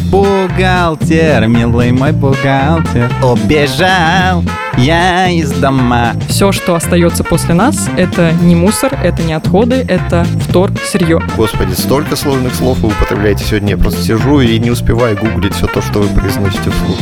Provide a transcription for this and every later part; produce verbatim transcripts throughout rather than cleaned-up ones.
Бухгалтер, милый мой бухгалтер, убежал я из дома. Все, что остается после нас, это не мусор, это не отходы, это вторсырье. Господи, столько сложных слов вы употребляете сегодня. Я просто сижу и не успеваю гуглить все то, что вы произносите вслух.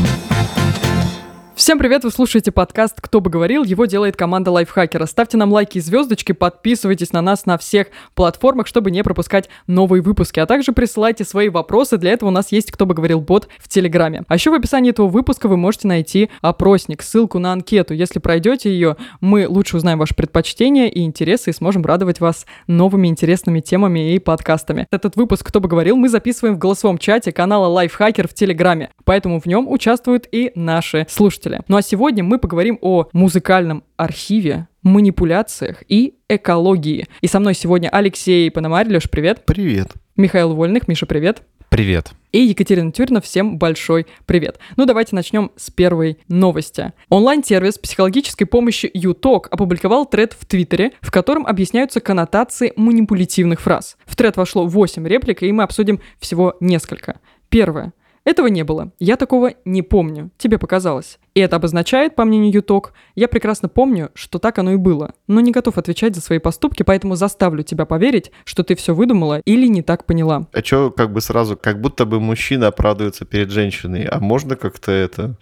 Всем привет, вы слушаете подкаст «Кто бы говорил», его делает команда Лайфхакера. Ставьте нам лайки и звездочки, подписывайтесь на нас на всех платформах, чтобы не пропускать новые выпуски, а также присылайте свои вопросы, для этого у нас есть «Кто бы говорил» бот в Телеграме. А еще в описании этого выпуска вы можете найти опросник, ссылку на анкету. Если пройдете ее, мы лучше узнаем ваши предпочтения и интересы и сможем радовать вас новыми интересными темами и подкастами. Этот выпуск «Кто бы говорил» мы записываем в голосовом чате канала Лайфхакер в Телеграме, поэтому в нем участвуют и наши слушатели. Ну а сегодня мы поговорим о музыкальном архиве, манипуляциях и экологии. И со мной сегодня Алексей Пономарь. Леш, привет. Привет. Михаил Вольных. Миша, привет. Привет. И Екатерина Тюрина. Всем большой привет. Ну, давайте начнем с первой новости. Онлайн-сервис психологической помощи YouTalk опубликовал тред в Твиттере, в котором объясняются коннотации манипулятивных фраз. В тред вошло восемь реплик, и мы обсудим всего несколько. Первое. Этого не было. Я такого не помню. Тебе показалось. И это обозначает, по мнению YouTalk, я прекрасно помню, что так оно и было, но не готов отвечать за свои поступки, поэтому заставлю тебя поверить, что ты все выдумала или не так поняла. А чё как бы сразу, как будто бы мужчина оправдывается перед женщиной, а можно как-то это...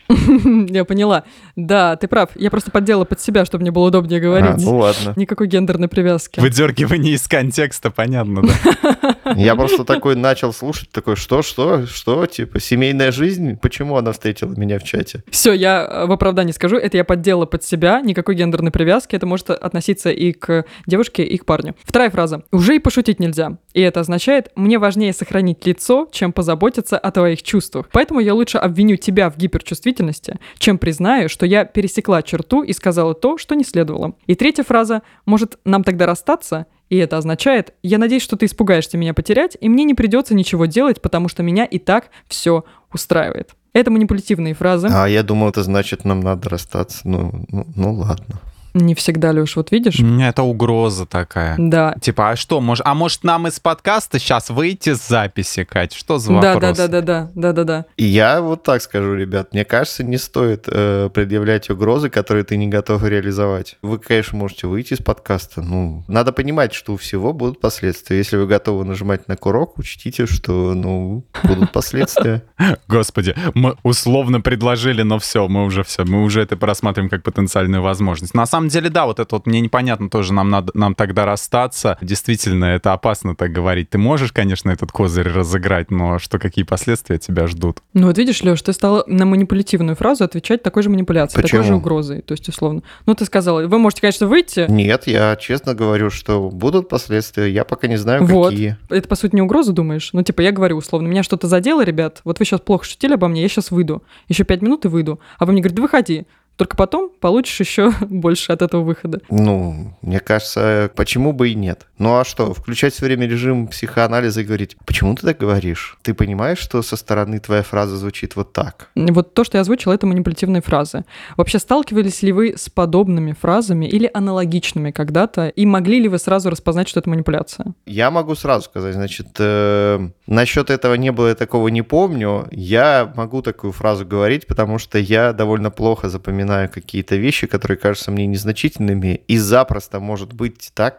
Я поняла. Да, ты прав. Я просто подделала под себя, чтобы мне было удобнее говорить. А, ну ладно. Никакой гендерной привязки. Выдергивание из контекста, понятно, да? Я просто такой начал слушать, такой, что, что, что, типа, семейная жизнь? Почему она встретила меня в чате? Все, я в оправдании скажу, это я подделала под себя, никакой гендерной привязки, это может относиться и к девушке, и к парню. Вторая фраза. Уже и пошутить нельзя. И это означает, мне важнее сохранить лицо, чем позаботиться о твоих чувствах. Поэтому я лучше обвиню тебя в гиперчувствительности, чем признаю, что я пересекла черту и сказала то, что не следовало. И третья фраза. Может, нам тогда расстаться? И это означает, я надеюсь, что ты испугаешься меня потерять, и мне не придется ничего делать, потому что меня и так все устраивает. Это манипулятивные фразы. А я думал, это значит, нам надо расстаться. Ну, ну, ну ладно. Не всегда, Леш, вот видишь? У меня это угроза такая. Да. Типа, а что, может, а может нам из подкаста сейчас выйти с записи, Кать? Что за Да, вопрос? да, да, да, да, да, да, да. И я вот так скажу, ребят, мне кажется, не стоит э, предъявлять угрозы, которые ты не готов реализовать. Вы, конечно, можете выйти из подкаста, ну, надо понимать, что у всего будут последствия. Если вы готовы нажимать на курок, учтите, что, ну, будут последствия. Господи, мы условно предложили, но все, мы уже все, мы уже это рассматриваем как потенциальную возможность. На самом деле, да, вот это вот мне непонятно тоже, нам надо, нам тогда расстаться. Действительно, это опасно так говорить. Ты можешь, конечно, этот козырь разыграть, но что, какие последствия тебя ждут? Ну вот видишь, Леш, ты стала на манипулятивную фразу отвечать такой же манипуляцией, Почему? такой же угрозой, то есть условно. Ну ты сказала, вы можете, конечно, выйти. Нет, я честно говорю, что будут последствия, я пока не знаю, Вот. какие. Это, по сути, не угроза, думаешь? Ну, типа, я говорю условно, меня что-то задело, ребят, вот вы сейчас плохо шутили обо мне, я сейчас выйду. Еще пять минут и выйду. А вы мне говорите, да выходи. Только потом получишь еще больше от этого выхода. Ну, мне кажется, почему бы и нет? Ну а что, включать все время режим психоанализа и говорить, почему ты так говоришь? Ты понимаешь, что со стороны твоя фраза звучит вот так? Вот то, что я озвучила, это манипулятивные фразы. Вообще, сталкивались ли вы с подобными фразами или аналогичными когда-то? И могли ли вы сразу распознать, что это манипуляция? Я могу сразу сказать, значит, э, насчет этого не было, я такого не помню. Я могу такую фразу говорить, потому что я довольно плохо запоминаю какие-то вещи, которые кажутся мне незначительными, и запросто может быть так,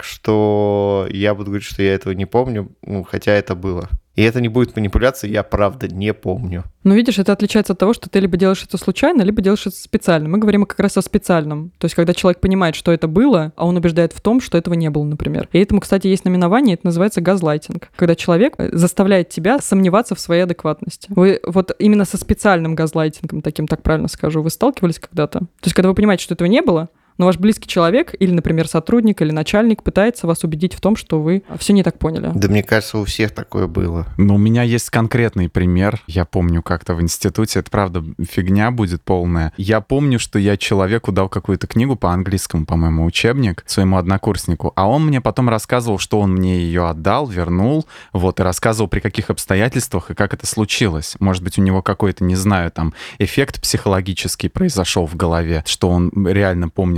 что я буду говорить, что я этого не помню, ну, хотя это было. И это не будет манипуляцией, я правда не помню. Ну, видишь, это отличается от того, что ты либо делаешь это случайно, либо делаешь это специально. Мы говорим как раз о специальном. То есть, когда человек понимает, что это было, а он убеждает в том, что этого не было, например. И этому, кстати, есть наименование, это называется газлайтинг. Когда человек заставляет тебя сомневаться в своей адекватности. Вы вот именно со специальным газлайтингом, таким, так правильно скажу, вы сталкивались когда-то? То есть, когда вы понимаете, что этого не было, но ваш близкий человек или, например, сотрудник или начальник пытается вас убедить в том, что вы все не так поняли. Да мне кажется, у всех такое было. Ну, у меня есть конкретный пример. Я помню как-то в институте, это правда фигня будет полная. Я помню, что я человеку дал какую-то книгу по английскому, по-моему, учебник своему однокурснику, а он мне потом рассказывал, что он мне ее отдал, вернул, вот, и рассказывал, при каких обстоятельствах и как это случилось. Может быть, у него какой-то, не знаю, там, эффект психологический произошел в голове, что он реально помнит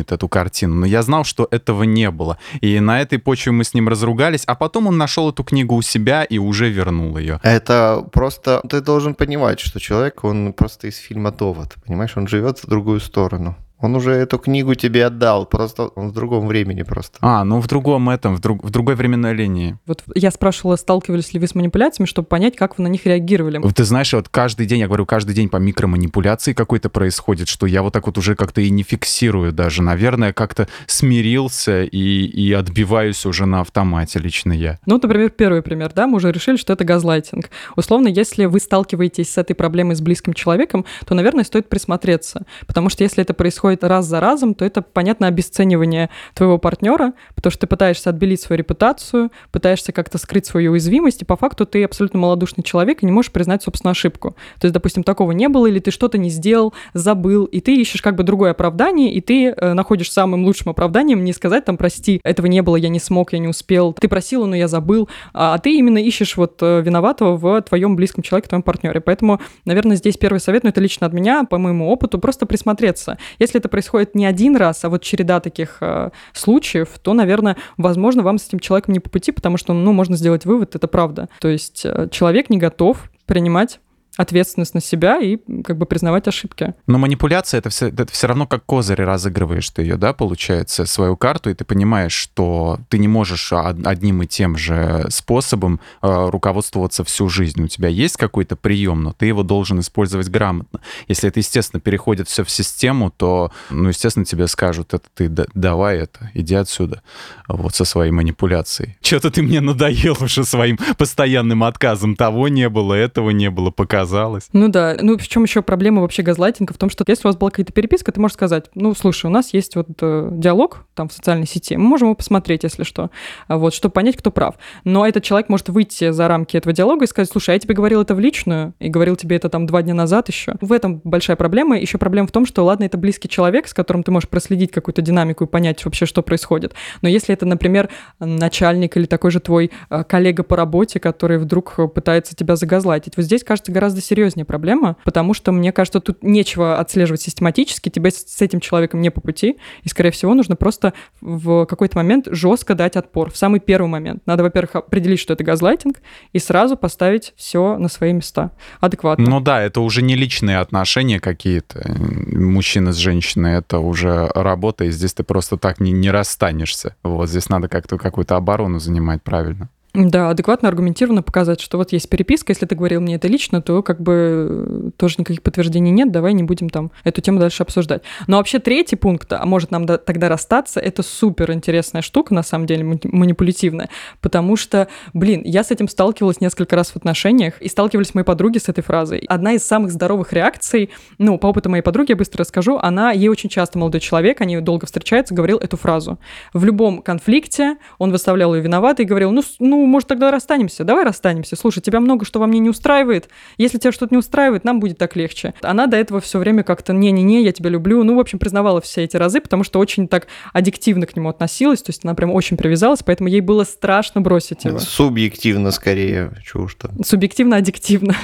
помнит эту картину, но я знал, что этого не было. И на этой почве мы с ним разругались, а потом он нашел эту книгу у себя и уже вернул ее. Это просто... Ты должен понимать, что человек, он просто из фильма «Довод», понимаешь? Он живет в другую сторону. Он уже эту книгу тебе отдал, просто он в другом времени просто. А, ну в другом этом, в, друг, в другой временной линии. Вот я спрашивала, сталкивались ли вы с манипуляциями, чтобы понять, как вы на них реагировали. Ты знаешь, вот каждый день, я говорю, каждый день по микроманипуляции какой-то происходит, что я вот так вот уже как-то и не фиксирую даже. Наверное, как-то смирился и, и отбиваюсь уже на автомате лично я. Ну, например, первый пример, да, мы уже решили, что это газлайтинг. Условно, если вы сталкиваетесь с этой проблемой с близким человеком, то, наверное, стоит присмотреться, потому что если это происходит раз за разом, то это, понятно, обесценивание твоего партнера, потому что ты пытаешься отбелить свою репутацию, пытаешься как-то скрыть свою уязвимость, и по факту ты абсолютно малодушный человек и не можешь признать собственную ошибку. То есть, допустим, такого не было, или ты что-то не сделал, забыл, и ты ищешь как бы другое оправдание, и ты э, находишь самым лучшим оправданием не сказать там «прости, этого не было, я не смог, я не успел, ты просила, но я забыл», а ты именно ищешь вот э, виноватого в твоем близком человеке, в твоем партнере. Поэтому, наверное, здесь первый совет, но это лично от меня, по моему опыту, просто присмотреться. Если это происходит не один раз, а вот череда таких э, случаев, то, наверное, возможно, вам с этим человеком не по пути, потому что, ну, можно сделать вывод, это правда. То есть э, человек не готов принимать ответственность на себя и как бы признавать ошибки. Но манипуляция — это все, это все равно как козырь разыгрываешь ты ее, да, получается, свою карту, и ты понимаешь, что ты не можешь одним и тем же способом э, руководствоваться всю жизнь. У тебя есть какой-то прием, но ты его должен использовать грамотно. Если это, естественно, переходит все в систему, то, ну, естественно, тебе скажут, это ты давай это, иди отсюда, вот со своей манипуляцией. Что-то ты мне надоел уже своим постоянным отказом. Того не было, этого не было, показалось. Ну да, ну причем еще проблема вообще газлайтинга в том, что если у вас была какая-то переписка, ты можешь сказать, ну слушай, у нас есть вот э, диалог там в социальной сети, мы можем его посмотреть, если что, вот, чтобы понять, кто прав. Но этот человек может выйти за рамки этого диалога и сказать, слушай, а я тебе говорил это в личную, и говорил тебе это там два дня назад еще. В этом большая проблема. Еще проблема в том, что, ладно, это близкий человек, с которым ты можешь проследить какую-то динамику и понять вообще, что происходит. Но если это, например, начальник или такой же твой э, коллега по работе, который вдруг пытается тебя загазлайтить, вот здесь, кажется, гораздо серьезнее проблема, потому что, мне кажется, тут нечего отслеживать систематически, тебе с этим человеком не по пути, и, скорее всего, нужно просто в какой-то момент жестко дать отпор, в самый первый момент. Надо, во-первых, определить, что это газлайтинг, и сразу поставить все на свои места адекватно. Ну да, это уже не личные отношения какие-то, мужчина с женщиной, это уже работа, и здесь ты просто так не, не расстанешься. Вот, здесь надо как-то какую-то оборону занимать правильно. Да, адекватно, аргументированно показать, что вот есть переписка, если ты говорил мне это лично, то как бы тоже никаких подтверждений нет, давай не будем там эту тему дальше обсуждать. Но вообще третий пункт, а может нам до- тогда расстаться, это супер интересная штука, на самом деле, манипулятивная, потому что, блин, я с этим сталкивалась несколько раз в отношениях, и сталкивались мои подруги с этой фразой. Одна из самых здоровых реакций, ну, по опыту моей подруги, я быстро расскажу, она, ей очень часто молодой человек, они долго встречаются, говорил эту фразу. В любом конфликте он выставлял ее виноватой и говорил, ну, ну, может, тогда расстанемся, давай расстанемся. Слушай, тебя много что во мне не устраивает. Если тебя что-то не устраивает, нам будет так легче. Она до этого все время как-то не-не-не, я тебя люблю. Ну, в общем, признавала все эти разы, потому что очень так аддиктивно к нему относилась, то есть она прям очень привязалась, поэтому ей было страшно бросить его. Субъективно скорее, чего уж там. Субъективно, аддиктивно.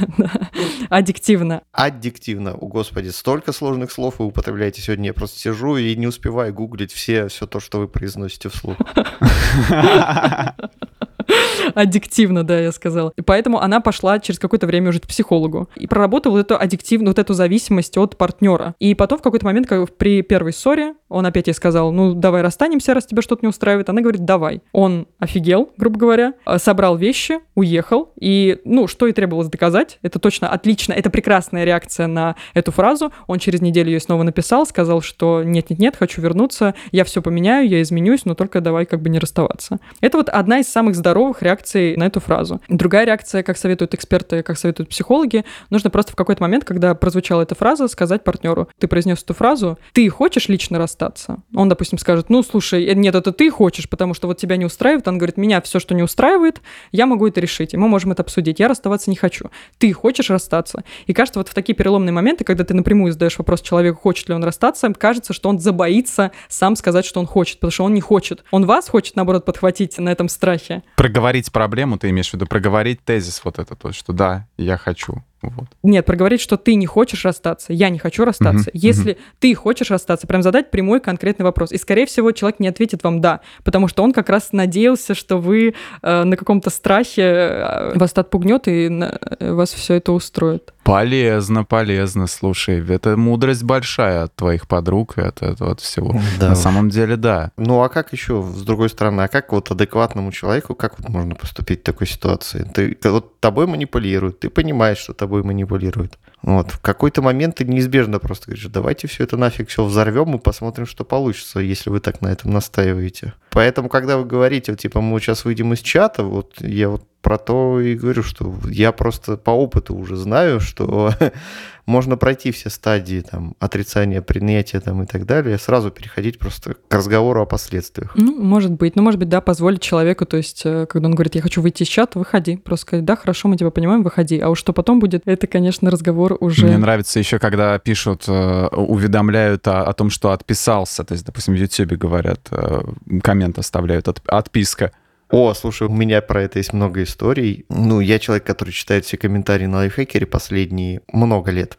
Аддиктивно. Аддиктивно. О, господи, столько сложных слов вы употребляете сегодня. Я просто сижу и не успеваю гуглить все, все то, что вы произносите вслух. Аддиктивно, да, я сказала. И поэтому она пошла через какое-то время уже к психологу и проработала вот эту аддиктивную, вот эту зависимость от партнера. И потом в какой-то момент, как при первой ссоре, он опять ей сказал, ну, давай расстанемся, раз тебя что-то не устраивает. Она говорит, давай. Он офигел, грубо говоря, собрал вещи, уехал. И, ну, что и требовалось доказать. Это точно отлично, это прекрасная реакция на эту фразу. Он через неделю ее снова написал, сказал, что нет-нет-нет, хочу вернуться, я все поменяю, я изменюсь, но только давай как бы не расставаться. Это вот одна из самых здоровых реакций на эту фразу. Другая реакция, как советуют эксперты, как советуют психологи, нужно просто в какой-то момент, когда прозвучала эта фраза, сказать партнеру, ты произнес эту фразу, ты хочешь лично расстаться? Он, допустим, скажет, ну, слушай, нет, это ты хочешь, потому что вот тебя не устраивает. Он говорит, меня все, что не устраивает, я могу это решить, и мы можем это обсудить. Я расставаться не хочу. Ты хочешь расстаться? И кажется, вот в такие переломные моменты, когда ты напрямую задаешь вопрос человеку, хочет ли он расстаться, кажется, что он забоится сам сказать, что он хочет, потому что он не хочет. Он вас хочет, наоборот, подхватить на этом страхе. Проговорить проблему, ты имеешь в виду, проговорить тезис вот этот вот, что да, я хочу. Вот. Нет, проговорить, что ты не хочешь расстаться, я не хочу расстаться. Мгм, Если мгм. ты хочешь расстаться, прям задать прямой конкретный вопрос. И, скорее всего, человек не ответит вам «да», потому что он как раз надеялся, что вы э, на каком-то страхе э, вас это отпугнет и на- вас все это устроит. Полезно, полезно, слушай. Это мудрость большая от твоих подруг и от этого от всего. Да На уж. самом деле, да. Ну, а как еще, с другой стороны, а как вот адекватному человеку, как вот можно поступить в такой ситуации? Ты, ты- вот тобой манипулируют, ты понимаешь, что тобой манипулируют. Вот, в какой-то момент ты неизбежно просто говоришь, давайте все это нафиг все взорвем и посмотрим, что получится, если вы так на этом настаиваете. Поэтому, когда вы говорите, вот, типа, мы сейчас выйдем из чата, вот я вот про то и говорю, что я просто по опыту уже знаю, что можно пройти все стадии там, отрицания, принятия там, и так далее, сразу переходить просто к разговору о последствиях. Ну, может быть. Ну, может быть, да, позволить человеку, то есть, э, когда он говорит, я хочу выйти из чата, выходи. Просто сказать, да, хорошо, мы тебя понимаем, выходи. А уж что потом будет, это, конечно, разговор уже... Мне нравится еще, когда пишут, э, уведомляют о, о том, что отписался. То есть, допустим, в Ютубе говорят, э, коммент оставляют, от- отписка. О, слушай, у меня про это есть много историй. Ну, я человек, который читает все комментарии на Лайфхакере последние много лет.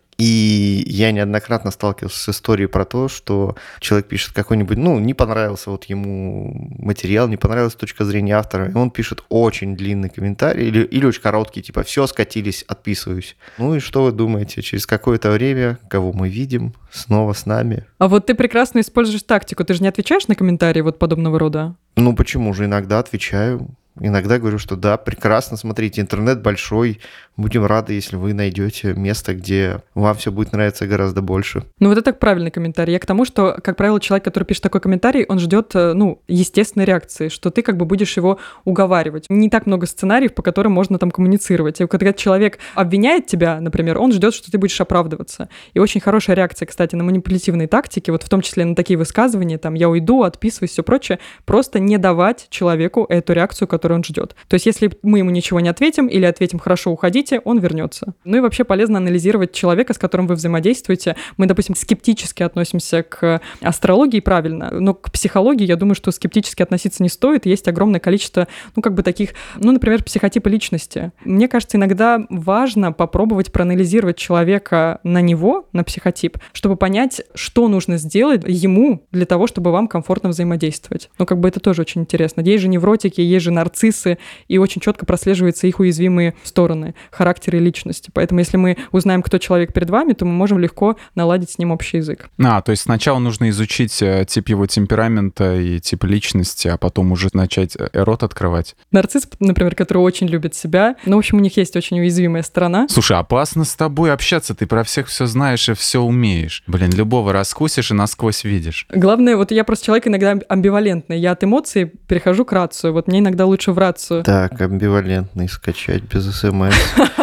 И я неоднократно сталкивался с историей про то, что человек пишет какой-нибудь, ну, не понравился вот ему материал, не понравилась точка зрения автора, и он пишет очень длинный комментарий или, или очень короткий, типа «все, скатились, отписываюсь». Ну и что вы думаете? Через какое-то время, кого мы видим, снова с нами. А вот ты прекрасно используешь тактику, ты же не отвечаешь на комментарии вот подобного рода? Ну почему же? Иногда отвечаю. Иногда говорю, что да, прекрасно, смотрите, интернет большой, будем рады, если вы найдете место, где вам все будет нравиться гораздо больше. Ну, вот это так правильный комментарий. Я к тому, что, как правило, человек, который пишет такой комментарий, он ждет, э, ну, естественной реакции, что ты как бы будешь его уговаривать. Не так много сценариев, по которым можно там коммуницировать. И когда человек обвиняет тебя, например, он ждет, что ты будешь оправдываться. И очень хорошая реакция, кстати, на манипулятивные тактики, вот в том числе на такие высказывания, там, я уйду, отписываюсь, все прочее, просто не давать человеку эту реакцию, которую он ждет. То есть, если мы ему ничего не ответим или ответим «хорошо, уходите», он вернется. Ну и вообще полезно анализировать человека, с которым вы взаимодействуете. Мы, допустим, скептически относимся к астрологии, правильно, но к психологии, я думаю, что скептически относиться не стоит. Есть огромное количество, ну, как бы таких, ну, например, психотипы личности. Мне кажется, иногда важно попробовать проанализировать человека на него, на психотип, чтобы понять, что нужно сделать ему для того, чтобы вам комфортно взаимодействовать. Ну, как бы это тоже очень интересно. Есть же невротики, есть же нарциссы, и очень четко прослеживаются их уязвимые стороны характера и личности. Поэтому если мы узнаем, кто человек перед вами, то мы можем легко наладить с ним общий язык. А, то есть сначала нужно изучить э, тип его темперамента и тип личности, а потом уже начать э, рот открывать. Нарцисс, например, который очень любит себя, ну, в общем, у них есть очень уязвимая сторона. Слушай, опасно с тобой общаться, ты про всех все знаешь и все умеешь. Блин, любого раскусишь и насквозь видишь. Главное, вот я просто человек иногда амбивалентный. Я от эмоций перехожу к рацию. Вот мне иногда лучше в рацию. Так, амбивалентный скачать без смс.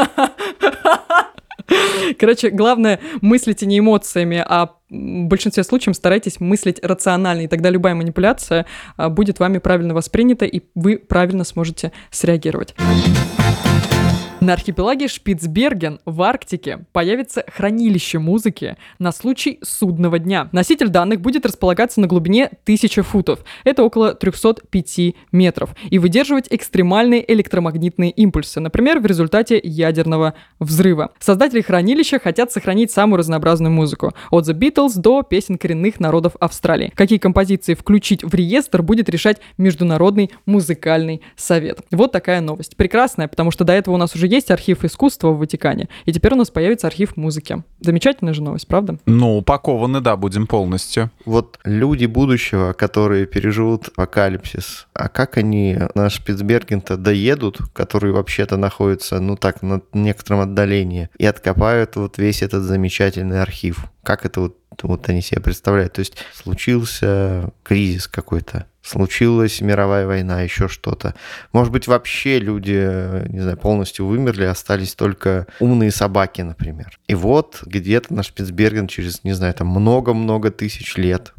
Короче, главное, мыслите не эмоциями, а в большинстве случаев старайтесь мыслить рационально, и тогда любая манипуляция а, будет вами правильно воспринята, и вы правильно сможете среагировать. На архипелаге Шпицберген в Арктике появится хранилище музыки на случай судного дня. Носитель данных будет располагаться на глубине тысячи футов. Это около триста пять метров. И выдерживать экстремальные электромагнитные импульсы, например, в результате ядерного взрыва. Создатели хранилища хотят сохранить самую разнообразную музыку. От The Beatles до песен коренных народов Австралии. Какие композиции включить в реестр, будет решать Международный музыкальный совет. Вот такая новость. Прекрасная, потому что до этого у нас уже есть архив искусства в Ватикане, и теперь у нас появится архив музыки. Замечательная же новость, правда? Ну, упакованы, да, будем полностью. Вот люди будущего, которые переживут апокалипсис, а как они на Шпицберген-то доедут, который вообще-то находится, ну так, на некотором отдалении, и откопают вот весь этот замечательный архив? Как это вот, вот они себе представляют? То есть случился кризис какой-то, случилась мировая война, еще что-то. Может быть, вообще люди, не знаю, полностью вымерли, остались только умные собаки, например. И вот где-то на Шпицберген через, не знаю, там много-много тысяч лет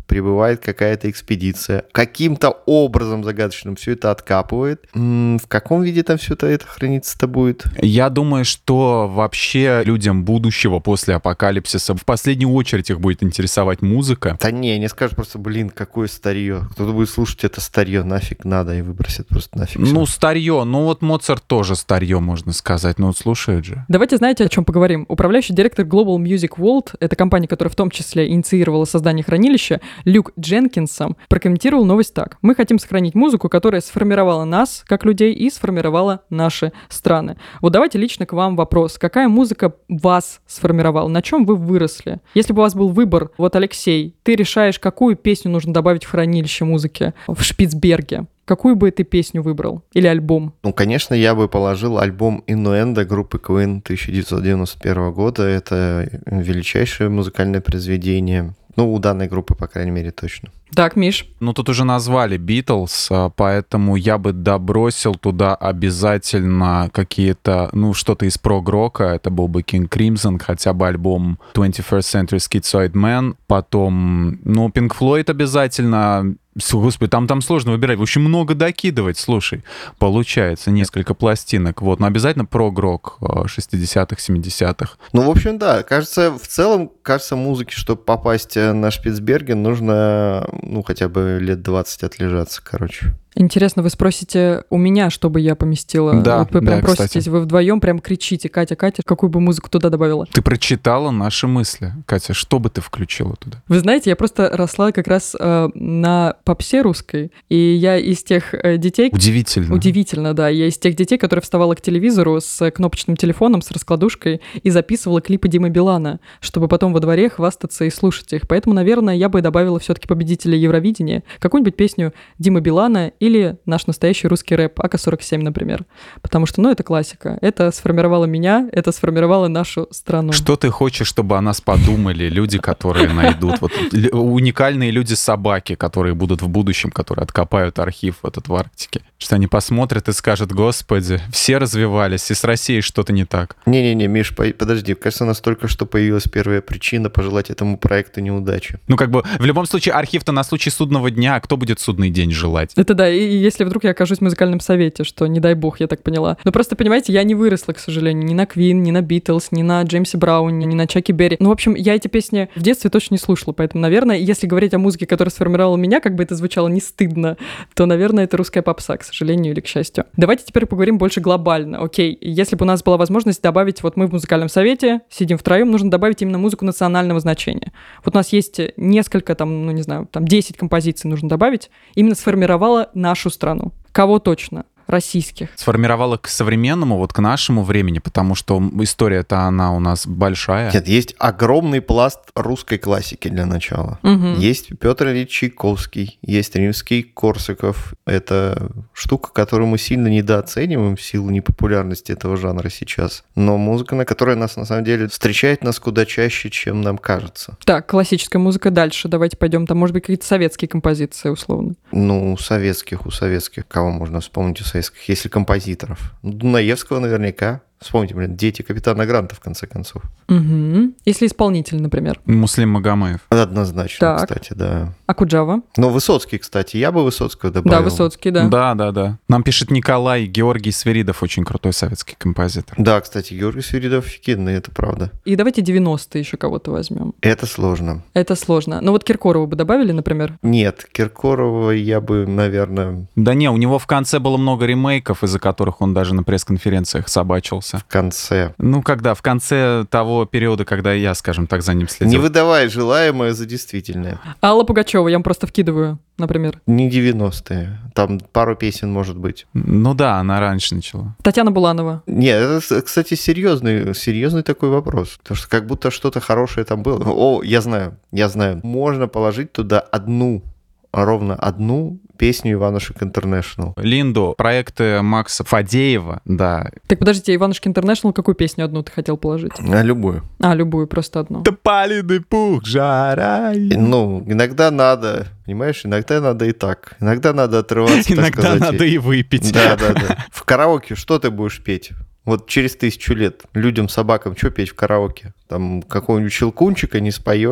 прибывает какая-то экспедиция, каким-то образом загадочным все это откапывает. М-м, в каком виде там все это хранится-то будет? Я думаю, что вообще людям будущего после апокалипсиса в последнюю очередь их будет интересовать музыка. Да не, не скажут просто, блин, какое старье. Кто-то будет слушать это старье, нафиг надо, и выбросит просто нафиг. Ну, всё. старье. Ну, вот Моцарт тоже старье, можно сказать. Ну, вот слушают же. Давайте, знаете, о чем поговорим? Управляющий директор Global Music World, это компания, которая в том числе инициировала создание хранилища, Люк Дженкинсом, прокомментировал новость так. Мы хотим сохранить музыку, которая сформировала нас, как людей, и сформировала наши страны. Вот давайте лично к вам вопрос. Какая музыка вас сформировала? На чем вы выросли? Если бы у вас был выбор, вот, Алексей, ты решаешь, какую песню нужно добавить в хранилище музыки в Шпицберге. Какую бы ты песню выбрал? Или альбом? Ну, конечно, я бы положил альбом «Инуэндо» группы Queen тысяча девятьсот девяносто первого года. Это величайшее музыкальное произведение. Ну, у данной группы, по крайней мере, точно. Так, Миш. Ну, тут уже назвали Битлз, поэтому я бы добросил туда обязательно какие-то, ну, что-то из прог-рока. Это был бы King Crimson, хотя бы альбом twenty-first Century Schizoid Man. Потом, ну, Pink Floyd обязательно. Господи, там, там сложно выбирать. В общем, много докидывать, слушай. Получается, несколько пластинок. Вот, но обязательно прог-рок шестидесятых, семидесятых. Ну, в общем, да. Кажется, в целом, кажется, музыке, чтобы попасть на Шпицберген, нужно, ну, хотя бы лет двадцать отлежаться, короче. Интересно, вы спросите у меня, что бы я поместила? Да, вот вы да, прям проситесь, кстати. вы вдвоем прям кричите: Катя, Катя, какую бы музыку туда добавила? Ты прочитала наши мысли, Катя. Что бы ты включила туда? Вы знаете, я просто росла как раз э, на попсе русской, и я из тех э, детей... Удивительно. Удивительно, да. Я из тех детей, которые вставала к телевизору с кнопочным телефоном, с раскладушкой и записывала клипы Димы Билана, чтобы потом во дворе хвастаться и слушать их. Поэтому, наверное, я бы добавила все-таки победителя Евровидения, какую-нибудь песню Димы Билана или наш настоящий русский рэп, АК сорок семь, например. Потому что, ну, это классика. Это сформировало меня, это сформировало нашу страну. Что ты хочешь, чтобы о нас подумали люди, которые найдут? Вот л- уникальные люди-собаки, которые будут в будущем, которые откопают архив этот в Арктике. Что они посмотрят и скажут: господи, все развивались, и с Россией что-то не так. Не-не-не, Миш, по- подожди. Кажется, у нас только что появилась первая причина пожелать этому проекту неудачи. Ну, как бы, в любом случае, архив-то на случай судного дня. А кто будет судный день желать? Это да, и, и если вдруг я окажусь в музыкальном совете, что, не дай бог, я так поняла. Но просто, понимаете, я не выросла, к сожалению, ни на Квин, ни на Битлз, ни на Джеймсе Брауне, ни на Чаки Берри. Ну, в общем, я эти песни в детстве точно не слушала, поэтому, наверное, если говорить о музыке, которая сформировала меня, как бы это звучало не стыдно, то, наверное, это русская попса, к сожалению или к счастью. Давайте теперь поговорим больше глобально. Окей, если бы у нас была возможность добавить, вот мы в музыкальном совете, сидим втроем, нужно добавить именно музыку национального значения. Вот у нас есть несколько, там, ну, не знаю, там десять композиций нужно добавить, именно сформировала нашу страну. Кого точно? Российских. Сформировала к современному, вот к нашему времени, потому что история-то она у нас большая. Нет, есть огромный пласт русской классики для начала. Угу. Есть Петр Ильич Чайковский, есть Римский-Корсаков. Это штука, которую мы сильно недооцениваем в силу непопулярности этого жанра сейчас. Но музыка, на которой нас, на самом деле, встречает нас куда чаще, чем нам кажется. Так, классическая музыка дальше. Давайте пойдем. Там, может быть, какие-то советские композиции, условно. Ну, у советских, у советских. Кого можно вспомнить у советских? Если композиторов. Ну, Дунаевского наверняка. Вспомните, блин, «Дети капитана Гранта», в конце концов. Угу. Если исполнитель, например. Муслим Магомаев. Однозначно, Так. кстати, да. Акуджава. Но Высоцкий, кстати, я бы Высоцкого добавил. Да, Высоцкий, да. Да, да, да. Нам пишет Николай Георгий Свиридов, очень крутой советский композитор. Да, кстати, Георгий Свиридов офигенный, это правда. И давайте девяностые еще кого-то возьмем. Это сложно. Это сложно. Ну вот Киркорова бы добавили, например? Нет, Киркорова я бы, наверное, Да не, у него в конце было много ремейков, из-за которых он даже на пресс-конференциях собачился. в конце. Ну, когда? В конце того периода, когда я, скажем так, за ним следил. Не выдавай желаемое за действительное. Алла Пугачева, я вам просто вкидываю, например. Не девяностые. Там пару песен может быть. Ну да, она раньше начала. Татьяна Буланова. Нет, это, кстати, серьезный, серьезный такой вопрос. Потому что как будто что-то хорошее там было. О, я знаю, я знаю. Можно положить туда одну, ровно одну песню Иванушек Интернешнл. Линду, проекты Макса Фадеева, да. Так подождите, Иванушки Интернешнл, какую песню одну ты хотел положить? А любую. А, любую, просто одну. Тополиный пух, жара. Ну, иногда надо, понимаешь, иногда надо и так. Иногда надо отрываться, так Иногда сказать. надо и выпить. Да, да, да. В караоке что ты будешь петь? Вот через тысячу лет людям, собакам, что петь в караоке? Там какого-нибудь Щелкунчика не споешь,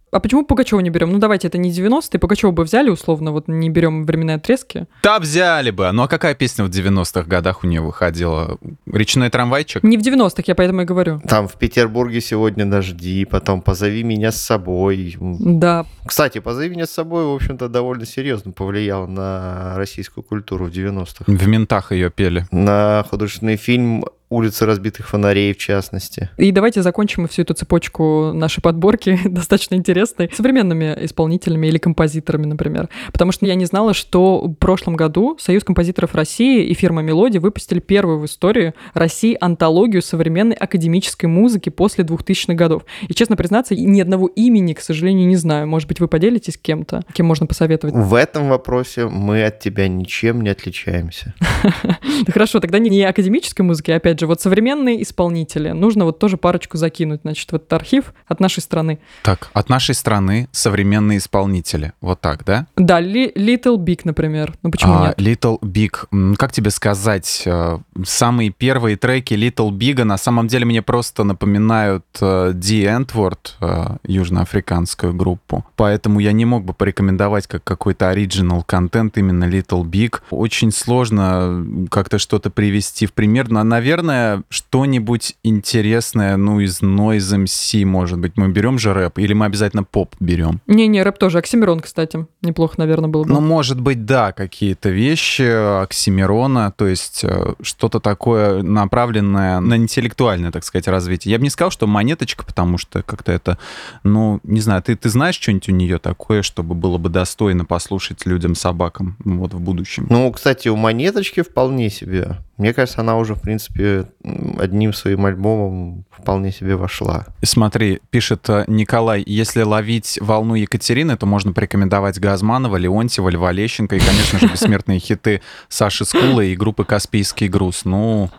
А почему Пугачёва не берем? Ну, давайте, это не девяностые, Пугачёва бы взяли, условно, вот не берем временные отрезки. Да, взяли бы. Ну, а какая песня в девяностых годах у нее выходила? «Речной трамвайчик»? Не в девяностых, я поэтому и говорю. Там в Петербурге сегодня дожди, потом «Позови меня с собой». Да. Кстати, «Позови меня с собой», в общем-то, довольно серьезно повлиял на российскую культуру в девяностых. В «Ментах» ее пели. На художественный фильм «Улицы разбитых фонарей», в частности. И давайте закончим всю эту цепочку нашей подборки, достаточно интересной, современными исполнителями или композиторами, например. Потому что я не знала, что в прошлом году Союз композиторов России и фирма «Мелодия» выпустили первую в истории России антологию современной академической музыки после двухтысячных годов. И, честно признаться, ни одного имени, к сожалению, не знаю. Может быть, вы поделитесь кем-то, кем можно посоветовать? В этом вопросе мы от тебя ничем не отличаемся. Хорошо, тогда не академической музыки, опять же, вот современные исполнители. Нужно вот тоже парочку закинуть, значит, в этот архив от нашей страны. Так, от нашей страны современные исполнители. Вот так, да? Да, Li- Little Big, например. Ну почему А, нет? Little Big. Как тебе сказать? Самые первые треки Little Big на самом деле мне просто напоминают The Antwoord, южноафриканскую группу. Поэтому я не мог бы порекомендовать как какой-то оригинал контент именно Little Big. Очень сложно как-то что-то привести в пример. Но, наверное, что-нибудь интересное, ну, из Noise эм си, может быть. Мы берем же рэп, или мы обязательно поп берем? Не-не, рэп тоже. Оксимирон, кстати. Неплохо, наверное, было бы. Ну, может быть, да, какие-то вещи Оксимирона, то есть что-то такое направленное на интеллектуальное, так сказать, развитие. Я бы не сказал, что Монеточка, потому что как-то это, ну, не знаю, ты, ты знаешь что-нибудь у нее такое, чтобы было бы достойно послушать людям-собакам вот в будущем? Ну, кстати, у Монеточки вполне себе. Мне кажется, она уже, в принципе, одним своим альбомом вполне себе вошла. Смотри, пишет Николай, если ловить волну Екатерины, то можно порекомендовать Газманова, Леонтьева, Льва Лещенко и, конечно же, бессмертные хиты Саши Скулы и группы «Каспийский груз». Ну,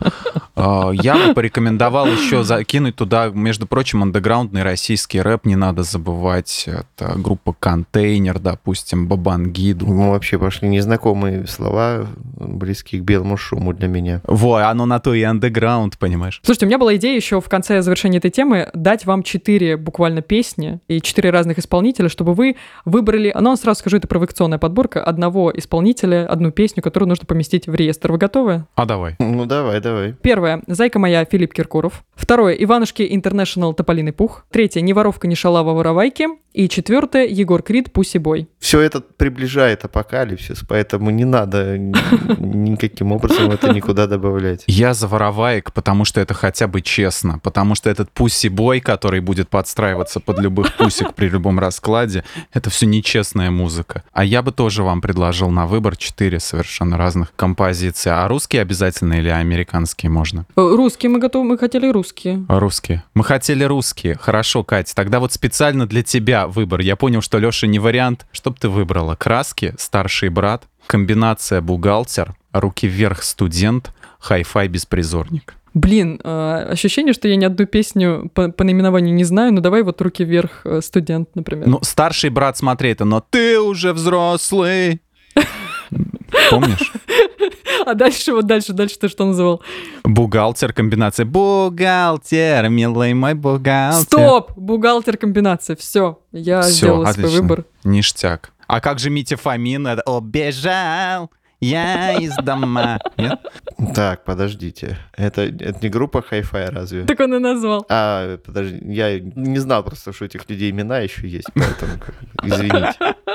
я бы порекомендовал еще закинуть туда, между прочим, андеграундный российский рэп, не надо забывать. Это группа «Контейнер», допустим, Бабангиду. Ну, вообще пошли незнакомые слова, близкие к белому шуму для меня. Во, оно на то и андеграунд, понимаешь? Слушайте, у меня была идея еще в конце завершения этой темы дать вам четыре буквально песни и четыре разных исполнителя, чтобы вы выбрали, ну, сразу скажу, это провокационная подборка, одного исполнителя, одну песню, которую нужно поместить в реестр. Вы готовы? А давай. Ну, давай, давай. Первое. «Зайка моя» Филипп Киркоров. Второе. «Иванушки Интернешнл» Тополиный пух. Третье. «Ни воровка, ни шалава, воровайки». И четвертое. Егор Крид «Пусси бой». Все это приближает апокалипсис, поэтому не надо никаким образом это никуда добавлять. Я за вороваек, потому что это хотя бы честно, потому что этот пусси-бой, который будет подстраиваться под любых пусик при любом раскладе, это все нечестная музыка. А я бы тоже вам предложил на выбор четыре совершенно разных композиции. А русские обязательно или американские можно? Русские мы готовы, мы хотели русские. Русские. Мы хотели русские. Хорошо, Кать, тогда вот специально для тебя выбор. Я понял, что Леша не вариант. Что бы ты выбрала? «Краски», «Старший брат», комбинация «Бухгалтер», «Руки вверх», «Студент», «Хай-фай», «Беспризорник». Блин, э, ощущение, что я ни одну песню по, по наименованию не знаю, но давай вот «Руки вверх», э, «Студент», например. Ну, «Старший брат», смотри, это «Но ты уже взрослый». Помнишь? А дальше, вот дальше, дальше ты что называл? «Бухгалтер», комбинация «Бухгалтер», милый мой бухгалтер. Стоп! «Бухгалтер», комбинация. Все, я Всё, сделала отлично. свой выбор. Ништяк. А как же Митя Фомин? Это «Убежал я из дома». Нет? Так, подождите. Это, это не группа Hi-Fi разве? Так он и назвал. А, подожди, я не знал просто, что у этих людей имена еще есть, поэтому извините.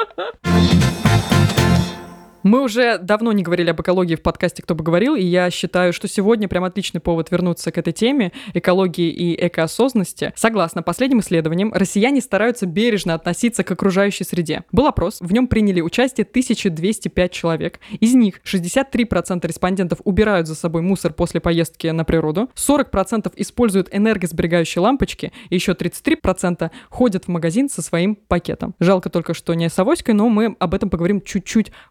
Мы уже давно не говорили об экологии в подкасте «Кто бы говорил», и я считаю, что сегодня прям отличный повод вернуться к этой теме экологии и экоосознанности. Согласно последним исследованиям, россияне стараются бережно относиться к окружающей среде. Был опрос, в нем приняли участие тысяча двести пять человек. Из них шестьдесят три процента респондентов убирают за собой мусор после поездки на природу, сорок процентов используют энергосберегающие лампочки, и еще тридцать три процента ходят в магазин со своим пакетом. Жалко только, что не с авоськой, но мы об этом поговорим чуть-чуть попозже.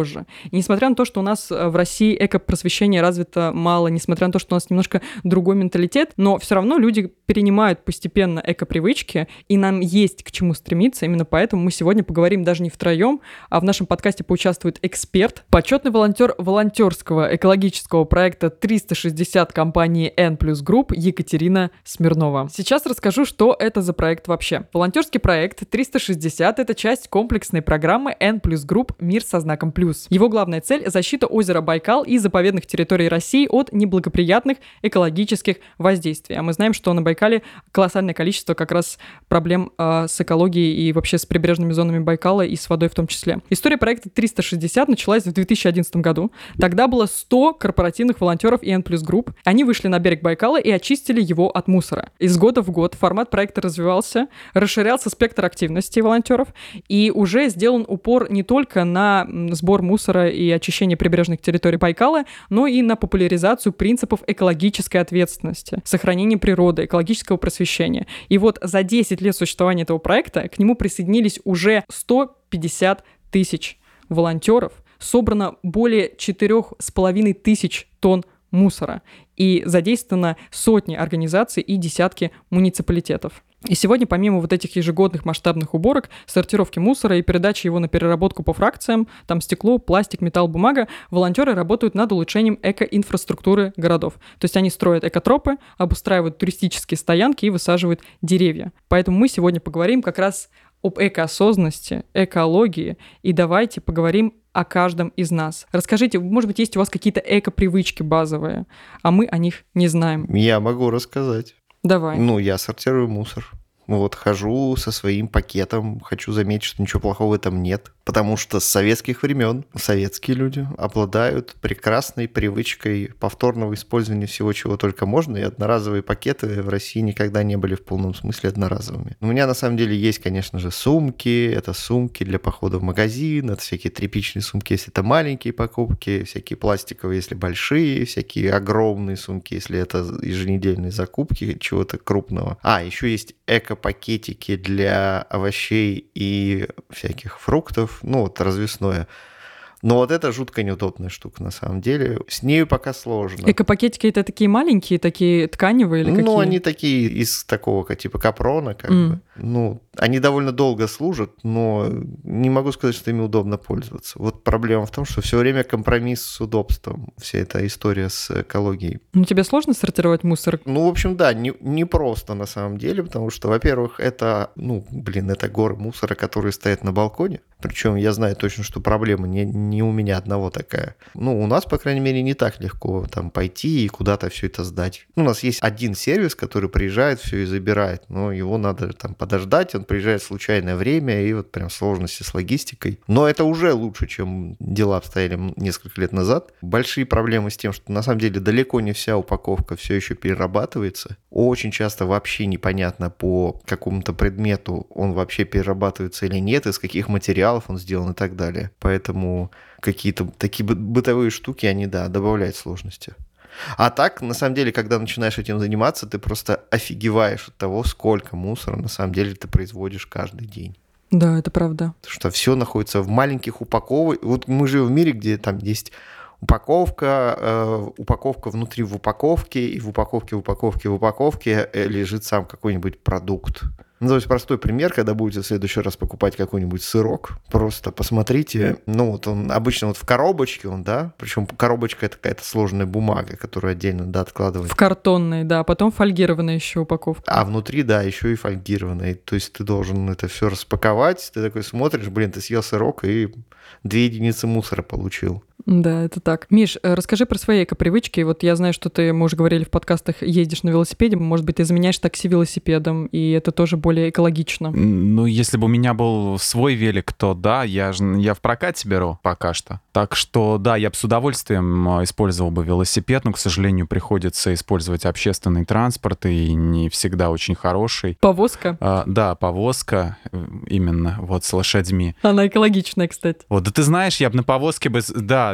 позже. И несмотря на то, что у нас в России эко-просвещение развито мало, несмотря на то, что у нас немножко другой менталитет, но все равно люди перенимают постепенно эко-привычки, и нам есть к чему стремиться. Именно поэтому мы сегодня поговорим даже не втроем, а в нашем подкасте поучаствует эксперт, почетный волонтер волонтерского экологического проекта триста шестьдесят компании N+ Group Екатерина Смирнова. Сейчас расскажу, что это за проект вообще. Волонтерский проект триста шестьдесят — это часть комплексной программы N+ Group «Мир со знаком плюс». Его главная цель — защита озера Байкал и заповедных территорий России от неблагоприятных экологических воздействий. А мы знаем, что на Байкале колоссальное количество как раз проблем э, с экологией и вообще с прибрежными зонами Байкала и с водой в том числе. История проекта триста шестьдесят началась в две тысячи одиннадцатом году. Тогда было сто корпоративных волонтеров и N+ Group. Они вышли на берег Байкала и очистили его от мусора. Из года в год формат проекта развивался, расширялся спектр активностей волонтеров, и уже сделан упор не только на сбор мусора и очищение прибрежных территорий Байкала, но и на популяризацию принципов экологической ответственности, сохранения природы, экологического просвещения. И вот за десять лет существования этого проекта к нему присоединились уже сто пятьдесят тысяч волонтеров, собрано более четырех с половиной тысяч тонн мусора, и задействовано сотни организаций и десятки муниципалитетов. И сегодня, помимо вот этих ежегодных масштабных уборок, сортировки мусора и передачи его на переработку по фракциям, там стекло, пластик, металл, бумага, волонтеры работают над улучшением экоинфраструктуры городов. То есть они строят экотропы, обустраивают туристические стоянки и высаживают деревья. Поэтому мы сегодня поговорим как раз об экоосознанности, экологии, и давайте поговорим о каждом из нас. Расскажите, может быть, есть у вас какие-то эко-привычки базовые, а мы о них не знаем. Я могу рассказать. Давай. Ну, я сортирую мусор. Вот, хожу со своим пакетом, хочу заметить, что ничего плохого в этом нет, потому что с советских времен советские люди обладают прекрасной привычкой повторного использования всего, чего только можно, и одноразовые пакеты в России никогда не были в полном смысле одноразовыми. У меня на самом деле есть, конечно же, сумки, это сумки для похода в магазин, это всякие тряпичные сумки, если это маленькие покупки, всякие пластиковые, если большие, всякие огромные сумки, если это еженедельные закупки чего-то крупного. А, еще есть эко пакетики для овощей и всяких фруктов, ну вот развесное. Но вот это жутко неудобная штука на самом деле. С нею пока сложно. Эко-пакетики — это такие маленькие, такие тканевые или ну, какие? Ну, они такие из такого типа капрона, как mm. бы. Ну, они довольно долго служат, но не могу сказать, что ими удобно пользоваться. Вот проблема в том, что все время компромисс с удобством. Вся эта история с экологией. Ну, тебе сложно сортировать мусор? Ну, в общем, да, не, не просто на самом деле, потому что, во-первых, это, ну, блин, это горы мусора, которые стоят на балконе. Причем я знаю точно, что проблема не, не у меня одного такая. Ну, у нас, по крайней мере, не так легко там пойти и куда-то все это сдать. У нас есть один сервис, который приезжает, все и забирает, но его надо там подождать, он приезжает в случайное время, и вот прям сложности с логистикой. Но это уже лучше, чем дела обстояли несколько лет назад. Большие проблемы с тем, что на самом деле далеко не вся упаковка все еще перерабатывается. Очень часто вообще непонятно по какому-то предмету, он вообще перерабатывается или нет, из каких материалов он сделан и так далее. Поэтому какие-то такие бытовые штуки, они, да, добавляют сложности. А так, на самом деле, когда начинаешь этим заниматься, ты просто офигеваешь от того, сколько мусора на самом деле ты производишь каждый день. Да, это правда. Потому что все находится в маленьких упаковках. Вот мы живем в мире, где там есть упаковка, э, упаковка внутри в упаковке, и в упаковке, в упаковке, в упаковке лежит сам какой-нибудь продукт. Ну, то есть простой пример, когда будете в следующий раз покупать какой-нибудь сырок, просто посмотрите, ну, вот он обычно вот в коробочке он, да, причем коробочка — это какая-то сложная бумага, которую отдельно, да, откладывать. В картонной, да, потом фольгированная еще упаковка. А внутри, да, еще и фольгированная, то есть ты должен это все распаковать, ты такой смотришь, блин, ты съел сырок и две единицы мусора получил. Да, это так. Миш, расскажи про свои эко-привычки. Вот я знаю, что ты, мы уже говорили в подкастах, ездишь на велосипеде, может быть, ты заменяешь такси велосипедом, и это тоже более экологично. Ну, если бы у меня был свой велик, то да, я, же, я в прокате беру пока что. Так что да, я бы с удовольствием использовал бы велосипед, но, к сожалению, приходится использовать общественный транспорт, и не всегда очень хороший. Повозка? А, да, повозка, именно, вот, с лошадьми. Она экологичная, кстати. Вот, да ты знаешь, я бы на повозке бы, да,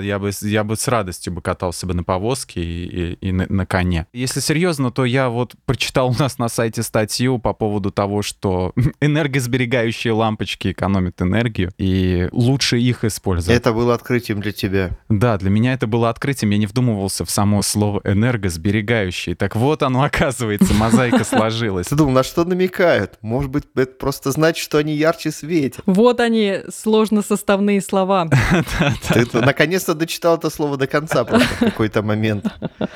я бы, я бы с радостью бы катался бы на повозке и, и, и на, на коне. Если серьезно, то я вот прочитал у нас на сайте статью по поводу того, что энергосберегающие лампочки экономят энергию, и лучше их использовать. Это было открытием для тебя. Да, для меня это было открытием. Я не вдумывался в само слово энергосберегающие. Так вот оно, оказывается, мозаика сложилась. Ты думал, на что намекают? Может быть, это просто значит, что они ярче светят. Вот они, сложносоставные слова. Ты наконец-то дочитал это слово до конца просто в какой-то момент.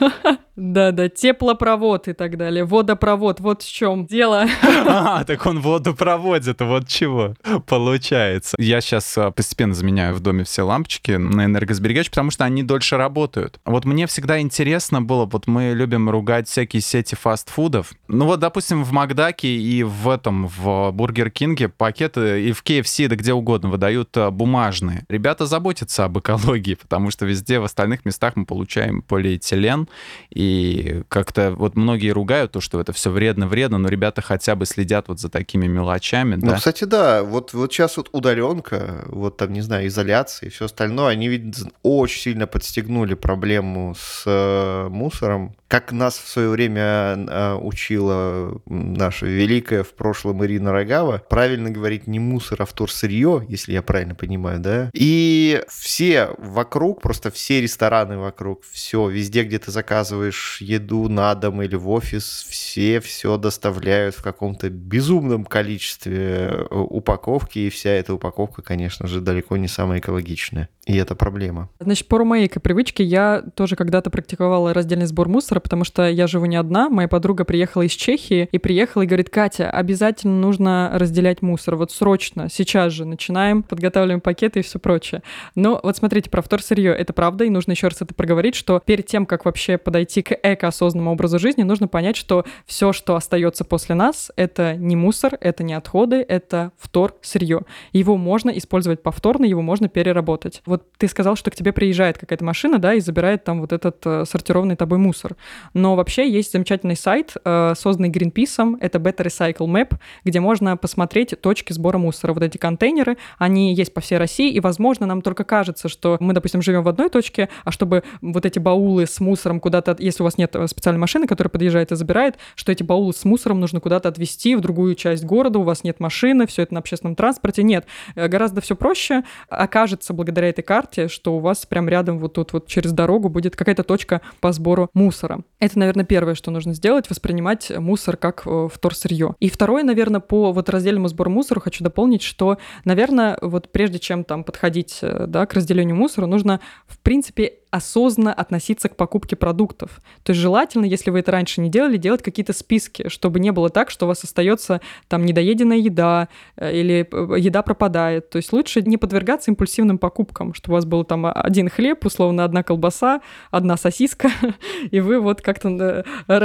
Да-да, теплопровод и так далее, водопровод, вот в чем дело. А, так он воду проводит, вот чего получается. Я сейчас постепенно заменяю в доме все лампочки на энергосберегающие, потому что они дольше работают. Вот мне всегда интересно было, вот мы любим ругать всякие сети фастфудов. Ну вот, допустим, в Макдаке и в этом, в Бургер Кинге пакеты, и в кей эф си, да где угодно, выдают бумажные. Ребята заботятся об экологии, потому что везде в остальных местах мы получаем полиэтилен, и И как-то вот многие ругают то, что это все вредно-вредно, но ребята хотя бы следят вот за такими мелочами. Ну, да? кстати, да, вот, вот сейчас вот удаленка, вот там, не знаю, изоляция и все остальное, они ведь очень сильно подстегнули проблему с э, мусором. Как нас в свое время э, учила наша великая в прошлом Ирина Рогава, правильно говорить не мусор, а вторсырье, если я правильно понимаю, да? И все вокруг, просто все рестораны вокруг, все, везде, где ты заказываешь еду на дом или в офис, все все доставляют в каком-то безумном количестве упаковки, и вся эта упаковка, конечно же, далеко не самая экологичная. И это проблема. Значит, по моей привычке я тоже когда-то практиковала раздельный сбор мусора, потому что я живу не одна. Моя подруга приехала из Чехии и приехала и говорит: Катя, обязательно нужно разделять мусор. Вот срочно, сейчас же начинаем, подготавливаем пакеты и все прочее. Но вот смотрите, про вторсырье. Это правда, и нужно еще раз это проговорить, что перед тем, как вообще подойти к экоосознанному образу жизни, нужно понять, что все, что остается после нас, это не мусор, это не отходы, это вторсырье. Его можно использовать повторно, его можно переработать. Вот ты сказал, что к тебе приезжает какая-то машина, да, и забирает там вот этот э, сортированный тобой мусор. Но вообще есть замечательный сайт, э, созданный Greenpeace, это Better Recycle Map, где можно посмотреть точки сбора мусора. Вот эти контейнеры, они есть по всей России, и, возможно, нам только кажется, что мы, допустим, живем в одной точке, а чтобы вот эти баулы с мусором куда-то, если у вас нет специальной машины, которая подъезжает и забирает, что эти баулы с мусором нужно куда-то отвезти в другую часть города, у вас нет машины, все это на общественном транспорте. Нет, гораздо все проще. Окажется благодаря этой карте, что у вас прям рядом вот тут вот через дорогу будет какая-то точка по сбору мусора. Это, наверное, первое, что нужно сделать, воспринимать мусор как э, вторсырье. И второе, наверное, по вот раздельному сбору мусора хочу дополнить, что, наверное, вот прежде чем там подходить, да, к разделению мусора, нужно, в принципе, осознанно относиться к покупке продуктов. То есть желательно, если вы это раньше не делали, делать какие-то списки, чтобы не было так, что у вас остается там недоеденная еда или еда пропадает. То есть лучше не подвергаться импульсивным покупкам, чтобы у вас был там один хлеб, условно одна колбаса, одна сосиска, и вы вот как-то на,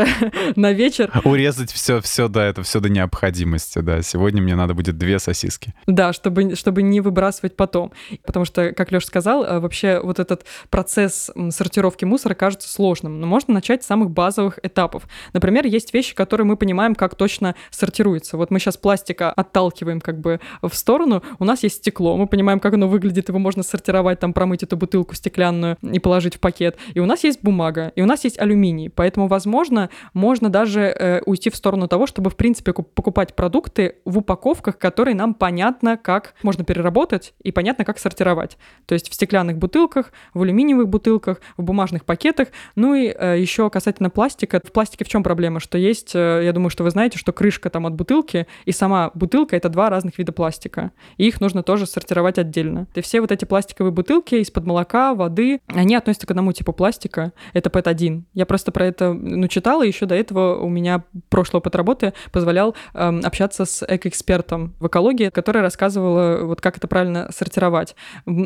на вечер... Урезать все, все, да, это все до необходимости, да. Сегодня мне надо будет две сосиски. Да, чтобы, чтобы не выбрасывать потом. Потому что, как Лёша сказал, вообще вот этот процесс сортировки мусора кажется сложным, но можно начать с самых базовых этапов. Например, есть вещи, которые мы понимаем, как точно сортируется. Вот мы сейчас пластика отталкиваем как бы в сторону, у нас есть стекло, мы понимаем, как оно выглядит, его можно сортировать, там промыть эту бутылку стеклянную и положить в пакет. И у нас есть бумага, и у нас есть алюминий, поэтому, возможно, можно даже э, уйти в сторону того, чтобы, в принципе, покупать продукты в упаковках, которые нам понятно, как можно переработать и понятно, как сортировать. То есть в стеклянных бутылках, в алюминиевых бутылках, бутылках, в бумажных пакетах. Ну и э, еще касательно пластика. В пластике в чем проблема? Что есть, э, я думаю, что вы знаете, что крышка там от бутылки и сама бутылка — это два разных вида пластика. И их нужно тоже сортировать отдельно. И все вот эти пластиковые бутылки из-под молока, воды, они относятся к одному типу пластика. Это пэт один. Я просто про это ну, читала, и еще до этого у меня прошлый опыт работы позволял э, общаться с экоэкспертом в экологии, которая рассказывала, вот как это правильно сортировать.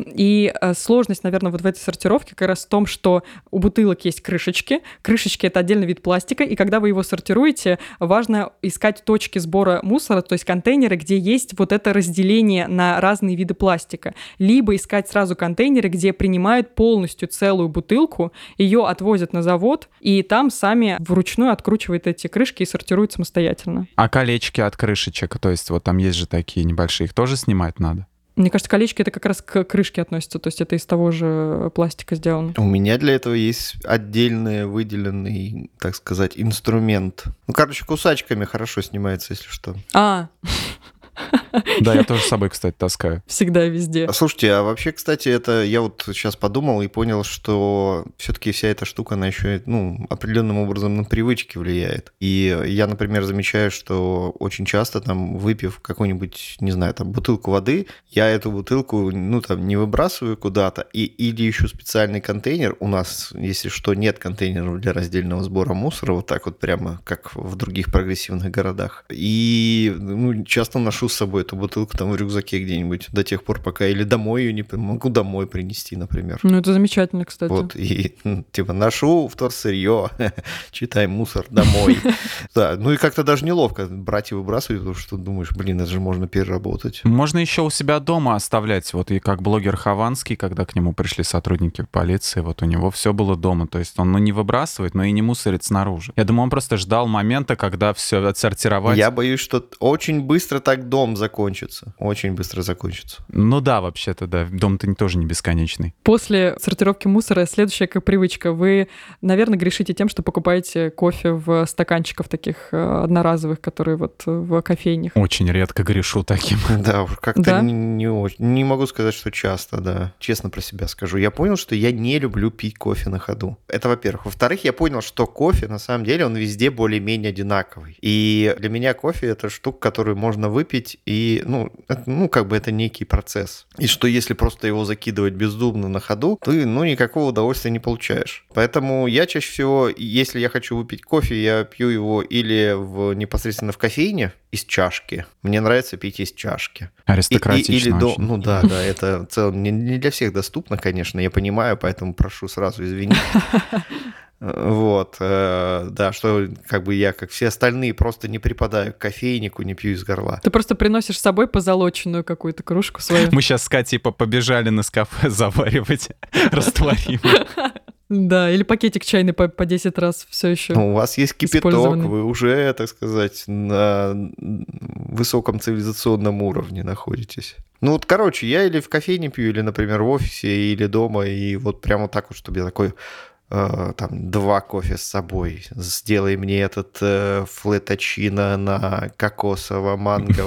И э, сложность, наверное, вот в этой сортировке как раз в том, что у бутылок есть крышечки. Крышечки — это отдельный вид пластика, и когда вы его сортируете, важно искать точки сбора мусора, то есть контейнеры, где есть вот это разделение на разные виды пластика. Либо искать сразу контейнеры, где принимают полностью целую бутылку, ее отвозят на завод, и там сами вручную откручивают эти крышки и сортируют самостоятельно. А колечки от крышечек, то есть вот там есть же такие небольшие, их тоже снимать надо? Мне кажется, колечки это как раз к крышке относятся, то есть это из того же пластика сделано. У меня для этого есть отдельный выделенный, так сказать, инструмент. Ну, короче, кусачками хорошо снимается, если что. А, Да, я тоже с собой, кстати, таскаю. всегда и везде. Слушайте, а вообще, кстати, это я вот сейчас подумал и понял, что все-таки вся эта штука, она еще, ну, определенным образом на привычки влияет. И я, например, замечаю, что очень часто, там, выпив какую-нибудь, не знаю, там, бутылку воды, я эту бутылку, ну, там, не выбрасываю куда-то, и, или ищу специальный контейнер. У нас, если что, нет контейнеров для раздельного сбора мусора, вот так вот прямо, как в других прогрессивных городах. И, ну, часто ношу с собой эту бутылку там в рюкзаке где-нибудь до тех пор, пока или домой ее не могу домой принести, например. Ну, это замечательно, кстати. Вот, и типа ношу вторсырье, читай мусор домой. Да, ну и как-то даже неловко брать и выбрасывать, потому что думаешь, блин, это же можно переработать. Можно еще у себя дома оставлять. Вот и как блогер Хованский, когда к нему пришли сотрудники полиции, вот у него все было дома. То есть он ну, не выбрасывает, но и не мусорит снаружи. Я думаю, он просто ждал момента, когда все отсортировать. Я боюсь, что очень быстро так дом закончится. Очень быстро закончится. Ну да, вообще-то, да. Дом-то тоже не бесконечный. После сортировки мусора следующая как привычка. Вы, наверное, грешите тем, что покупаете кофе в стаканчиках таких э, одноразовых, которые вот в кофейнях. Очень редко грешу таким. Да, уж как-то Да? не, не очень. Не могу сказать, что часто, да. Честно про себя скажу. Я понял, что я не люблю пить кофе на ходу. Это во-первых. Во-вторых, я понял, что кофе, на самом деле, он везде более-менее одинаковый. И для меня кофе — это штука, которую можно выпить, и, ну, это, ну, как бы это некий процесс. И что если просто его закидывать бездумно на ходу, ты, ну, никакого удовольствия не получаешь. Поэтому я чаще всего, если я хочу выпить кофе, я пью его или в, непосредственно в кофейне из чашки. Мне нравится пить из чашки. Аристократично И- и- или до, очень. ну да, да, это в целом не, не для всех доступно, конечно, я понимаю, поэтому прошу сразу извинить. Вот, э, да, что как бы я, как все остальные, просто не припадаю к кофейнику, не пью из горла. Ты просто приносишь с собой позолоченную какую-то кружку свою. Мы сейчас с Катей по- побежали на кафе заваривать растворимый. Да, или пакетик чайный по, по десять раз все еще. Ну, у вас есть кипяток, Использованный. вы уже, так сказать, на высоком цивилизационном уровне находитесь. Ну вот, короче, я или в кофейне пью, или, например, в офисе, или дома, и вот прямо так вот, чтобы я такой... э, там, два кофе с собой. Сделай мне этот э, флеточино на кокосово-манго.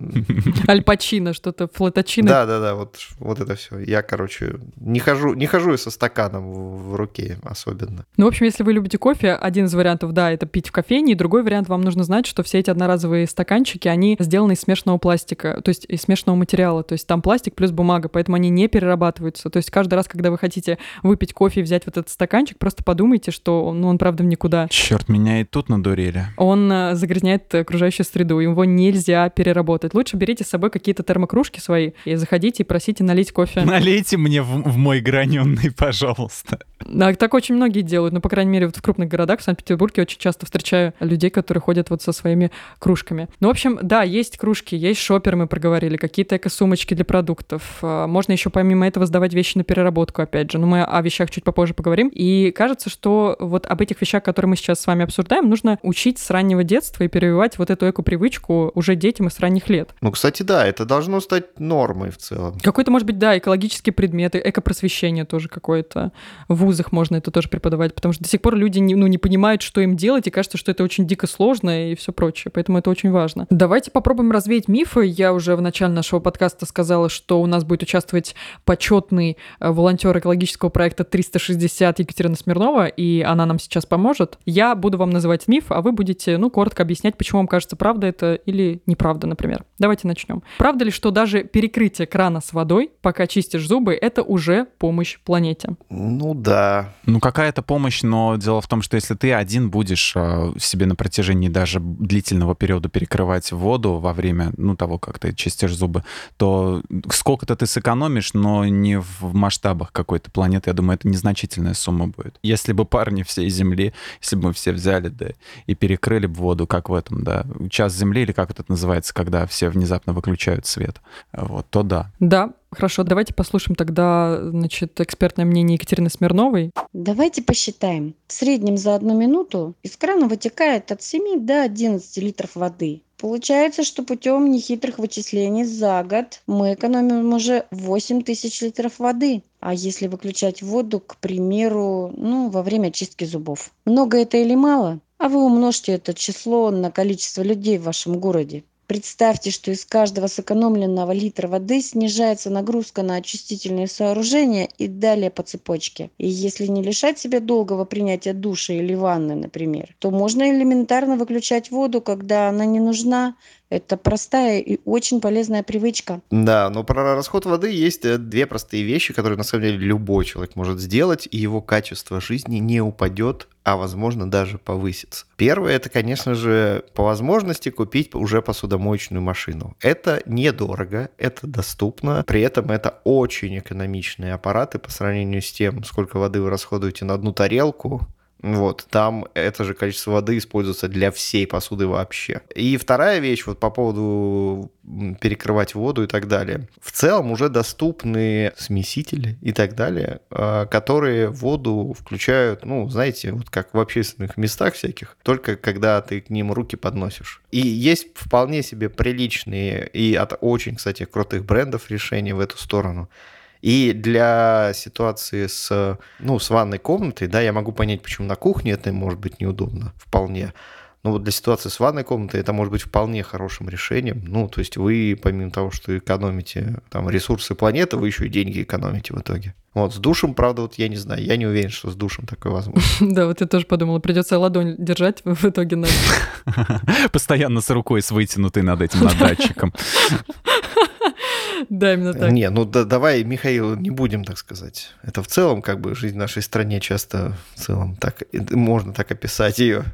Альпачино, что-то, флоточино. Да-да-да, вот, вот это все. Я, короче, не хожу, не хожу я со стаканом в, в руке особенно. Ну, в общем, если вы любите кофе, один из вариантов, да, это пить в кофейне, и другой вариант, вам нужно знать, что все эти одноразовые стаканчики, они сделаны из смешанного пластика, то есть из смешанного материала, то есть там пластик плюс бумага, поэтому они не перерабатываются. То есть каждый раз, когда вы хотите выпить кофе и взять вот этот стаканчик, просто подумайте, что ну, он, правда, в никуда. Черт, меня и тут надурили. Он э, загрязняет окружающую среду, его нельзя переработать. Лучше берите с собой какие-то термокружки свои и заходите и просите налить кофе. Налейте мне в, в мой граненый, пожалуйста. Да, так очень многие делают, ну, по крайней мере, вот в крупных городах, в Санкт-Петербурге очень часто встречаю людей, которые ходят вот со своими кружками. Ну, в общем, да, есть кружки, есть шопперы, мы проговорили, какие-то эко-сумочки для продуктов. Можно еще помимо этого сдавать вещи на переработку, опять же. Но мы о вещах чуть попозже поговорим. И кажется, что вот об этих вещах, которые мы сейчас с вами обсуждаем, нужно учить с раннего детства и перевивать вот эту эко-привычку уже детям и с ранних лет. Ну, кстати, да, это должно стать нормой в целом. Какой-то, может быть, да, экологические предметы, эко-просвещение тоже какое-то. В вузах можно это тоже преподавать, потому что до сих пор люди не, ну, не понимают, что им делать, и кажется, что это очень дико сложно и все прочее, поэтому это очень важно. Давайте попробуем развеять мифы. Я уже в начале нашего подкаста сказала, что у нас будет участвовать почетный волонтер экологического проекта триста шестьдесят Екатерина Смирнова, и она нам сейчас поможет. Я буду вам называть миф, а вы будете, ну, коротко объяснять, почему вам кажется, правда это или неправда, например. Давайте начнем. Правда ли, что даже перекрытие крана с водой, пока чистишь зубы, это уже помощь планете? Ну да. Ну, какая-то помощь, но дело в том, что если ты один будешь э, себе на протяжении даже длительного периода перекрывать воду во время, ну, того, как ты чистишь зубы, то сколько-то ты сэкономишь, но не в масштабах какой-то планеты. Я думаю, это незначительная сумма будет. Если бы парни всей Земли, если бы мы все взяли, да, и перекрыли бы воду, как в этом, да, час Земли, или как это называется, когда все тебе внезапно выключают свет, вот, то да. Да, хорошо, давайте послушаем тогда, значит, экспертное мнение Екатерины Смирновой. Давайте посчитаем. В среднем за одну минуту из крана вытекает от семи до одиннадцати литров воды. Получается, что путем нехитрых вычислений за год мы экономим уже восемь тысяч литров воды. А если выключать воду, к примеру, ну, во время чистки зубов? Много это или мало? А вы умножьте это число на количество людей в вашем городе. Представьте, что из каждого сэкономленного литра воды снижается нагрузка на очистительные сооружения и далее по цепочке. И если не лишать себя долгого принятия душа или ванны, например, то можно элементарно выключать воду, когда она не нужна. Это простая и очень полезная привычка. Да, но про расход воды есть э, две простые вещи, которые на самом деле любой человек может сделать, и его качество жизни не упадет, а возможно даже повысится. Первое, это, конечно же, по возможности купить уже посудомоечную машину. Это недорого, это доступно, при этом это очень экономичные аппараты по сравнению с тем, сколько воды вы расходуете на одну тарелку. Вот, там это же количество воды используется для всей посуды вообще. И вторая вещь, вот по поводу перекрывать воду и так далее. В целом уже доступны смесители и так далее, которые воду включают, ну, знаете, вот как в общественных местах всяких, только когда ты к ним руки подносишь. И есть вполне себе приличные и от очень, кстати, крутых брендов решения в эту сторону. И для ситуации с, ну, с ванной комнатой, да, я могу понять, почему на кухне это может быть неудобно, вполне. Но вот для ситуации с ванной комнатой это может быть вполне хорошим решением. Ну, то есть вы, помимо того, что экономите там ресурсы планеты, вы еще и деньги экономите в итоге. Вот, с душем, правда, вот я не знаю, я не уверен, что с душем такое возможно. Да, вот я тоже подумала, придется ладонь держать в итоге на... Постоянно с рукой с вытянутой над этим, над датчиком. Да, именно так. Не, ну да, давай, Михаил, не будем так сказать. Это в целом, как бы, жизнь в нашей стране часто в целом так, можно так описать ее.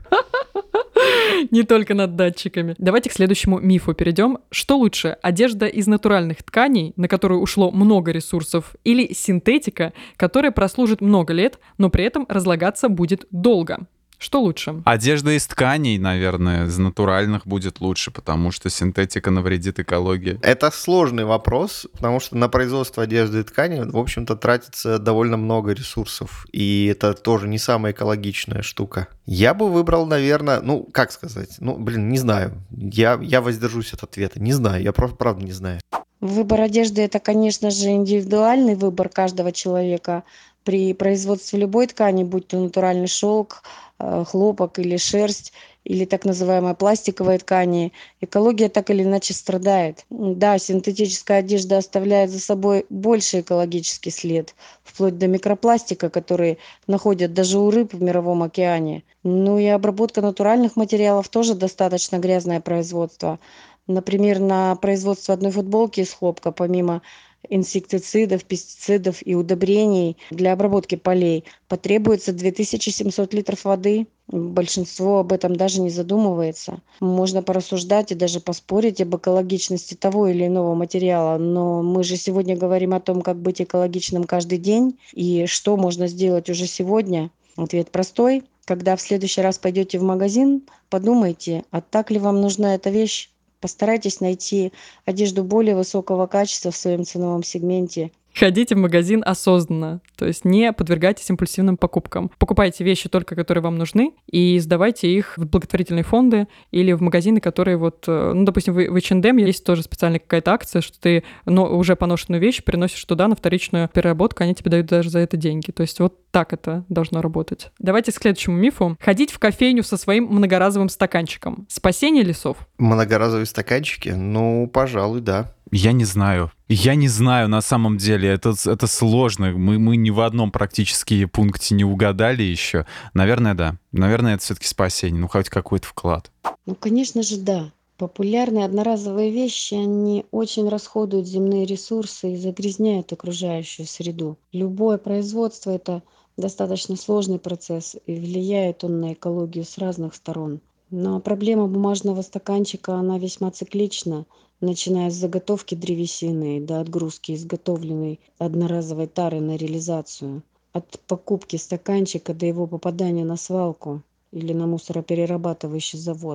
Не только над датчиками. Давайте к следующему мифу перейдем. Что лучше, одежда из натуральных тканей, на которую ушло много ресурсов, или синтетика, которая прослужит много лет, но при этом разлагаться будет долго? Что лучше? Одежда из тканей, наверное, из натуральных будет лучше, потому что синтетика навредит экологии. Это сложный вопрос, потому что на производство одежды и ткани, в общем-то, тратится довольно много ресурсов, и это тоже не самая экологичная штука. Я бы выбрал, наверное, ну, как сказать, ну, блин, не знаю. Я, я воздержусь от ответа, не знаю, я просто правда не знаю. Выбор одежды – это, конечно же, индивидуальный выбор каждого человека. При производстве любой ткани, будь то натуральный шелк, хлопок или шерсть, или так называемые пластиковые ткани, экология так или иначе страдает. Да, синтетическая одежда оставляет за собой больший экологический след, вплоть до микропластика, который находят даже у рыб в мировом океане. Ну и обработка натуральных материалов тоже достаточно грязное производство. Например, на производство одной футболки из хлопка, помимо инсектицидов, пестицидов и удобрений для обработки полей, потребуется две тысячи семьсот литров воды. Большинство об этом даже не задумывается. Можно порассуждать и даже поспорить об экологичности того или иного материала, но мы же сегодня говорим о том, как быть экологичным каждый день и что можно сделать уже сегодня. Ответ простой. Когда в следующий раз пойдете в магазин, подумайте, а так ли вам нужна эта вещь? Постарайтесь найти одежду более высокого качества в своем ценовом сегменте. Ходите в магазин осознанно, то есть не подвергайтесь импульсивным покупкам. Покупайте вещи только, которые вам нужны, и сдавайте их в благотворительные фонды или в магазины, которые вот, ну, допустим, в эйч энд эм есть тоже специальная какая-то акция, что ты но, уже поношенную вещь приносишь туда на вторичную переработку, они тебе дают даже за это деньги. То есть вот так это должно работать. Давайте к следующему мифу. Ходить в кофейню со своим многоразовым стаканчиком. Спасение лесов? Многоразовые стаканчики? Ну, пожалуй, да. Я не знаю. Я не знаю, на самом деле, это, это сложно. Мы, мы ни в одном практически пункте не угадали еще. Наверное, да. Наверное, это все-таки спасение. Ну, хоть какой-то вклад. Ну, конечно же, да. Популярные одноразовые вещи, они очень расходуют земные ресурсы и загрязняют окружающую среду. Любое производство – это достаточно сложный процесс, и влияет он на экологию с разных сторон. Но проблема бумажного стаканчика, она весьма циклична, начиная с заготовки древесины до отгрузки изготовленной одноразовой тары на реализацию, от покупки стаканчика до его попадания на свалку или на мусороперерабатывающий завод.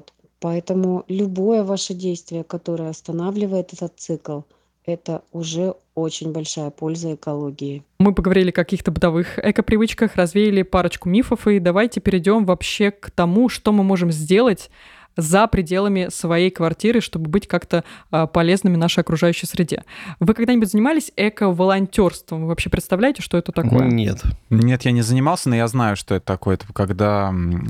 Поэтому любое ваше действие, которое останавливает этот цикл, это уже очень большая польза экологии. Мы поговорили о каких-то бытовых эко-привычках, развеяли парочку мифов, и давайте перейдем вообще к тому, что мы можем сделать за пределами своей квартиры, чтобы быть как-то а, полезными нашей окружающей среде. Вы когда-нибудь занимались эко-волонтерством? Вы вообще представляете, что это такое? Нет. Нет, я не занимался, но я знаю, что это такое. Это когда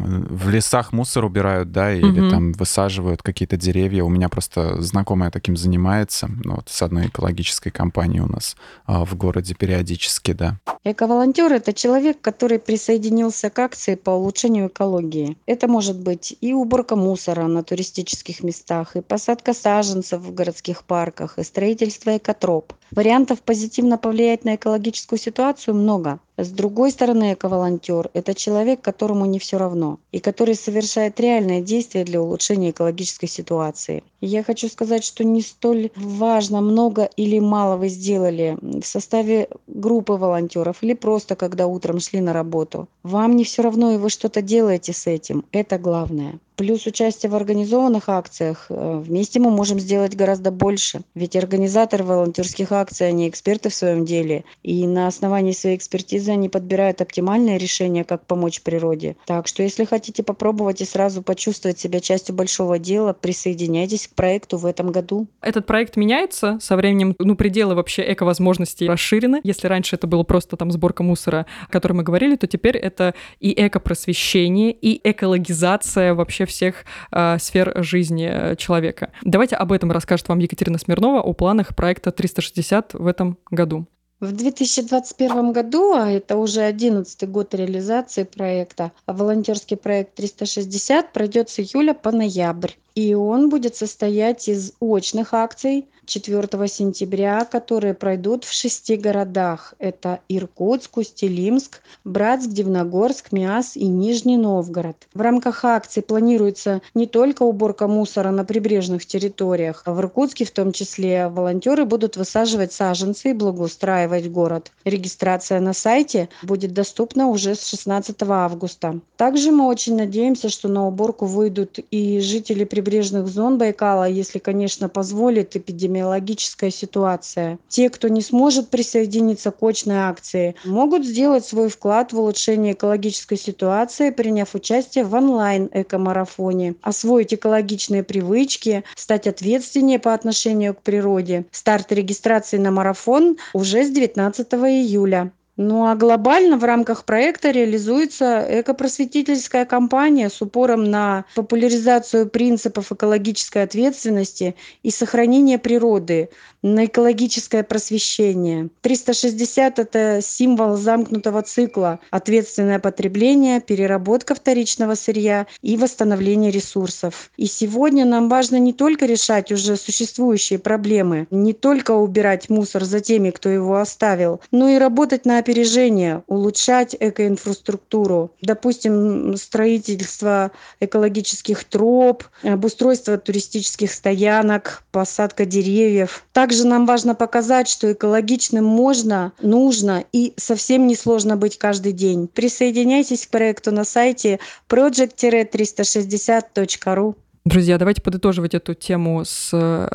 в лесах мусор убирают, да, или Мгм. там высаживают какие-то деревья. У меня просто знакомая таким занимается, ну, вот с одной экологической компанией у нас а, в городе периодически, да. Эко-волонтер — это человек, который присоединился к акции по улучшению экологии. Это может быть и уборка мусора на туристических местах, и посадка саженцев в городских парках, и строительство экотроп. Вариантов позитивно повлиять на экологическую ситуацию много. С другой стороны, эко-волонтер — это человек, которому не все равно, и который совершает реальные действия для улучшения экологической ситуации. И я хочу сказать, что не столь важно, много или мало вы сделали в составе группы волонтеров или просто когда утром шли на работу. Вам не все равно, и вы что-то делаете с этим. Это главное. Плюс участие в организованных акциях. э, Вместе мы можем сделать гораздо больше. Ведь организаторы волонтерских акций, они эксперты в своем деле. И на основании своей экспертизы они подбирают оптимальное решение, как помочь природе. Так что если хотите попробовать и сразу почувствовать себя частью большого дела, присоединяйтесь к проекту в этом году. Этот проект меняется со временем, ну, пределы вообще эко-возможностей расширены. Если раньше это было просто там сборка мусора, о которой мы говорили, то теперь это и эко-просвещение, и экологизация вообще всех э, сфер жизни э, человека. Давайте об этом расскажет вам Екатерина Смирнова, о планах проекта триста шестьдесят в этом году. В две тысячи двадцать первом году, а это уже одиннадцатый год реализации проекта, а волонтерский проект триста шестьдесят пройдет с июля по ноябрь. И он будет состоять из очных акций четвёртого сентября, которые пройдут в шести городах. Это Иркутск, Усть-Илимск, Братск, Дивногорск, Миас и Нижний Новгород. В рамках акций планируется не только уборка мусора на прибрежных территориях. В Иркутске в том числе волонтеры будут высаживать саженцы и благоустраивать город. Регистрация на сайте будет доступна уже с шестнадцатого августа. Также мы очень надеемся, что на уборку выйдут и жители прибрежных зон Байкала, если, конечно, позволит эпидемиологическая ситуация. Те, кто не сможет присоединиться к очной акции, могут сделать свой вклад в улучшение экологической ситуации, приняв участие в онлайн-экомарафоне, освоить экологичные привычки, стать ответственнее по отношению к природе. Старт регистрации на марафон уже с девятнадцатого июля. Ну а глобально в рамках проекта реализуется экопросветительская кампания с упором на популяризацию принципов экологической ответственности и сохранения природы, на экологическое просвещение. триста шестьдесят — это символ замкнутого цикла: ответственное потребление, переработка вторичного сырья и восстановление ресурсов. И сегодня нам важно не только решать уже существующие проблемы, не только убирать мусор за теми, кто его оставил, но и работать на опережение, улучшать экоинфраструктуру. Допустим, строительство экологических троп, обустройство туристических стоянок, посадка деревьев. Также нам важно показать, что экологичным можно, нужно и совсем несложно быть каждый день. Присоединяйтесь к проекту на сайте проджект триста шестьдесят точка ру. Друзья, давайте подытоживать эту тему с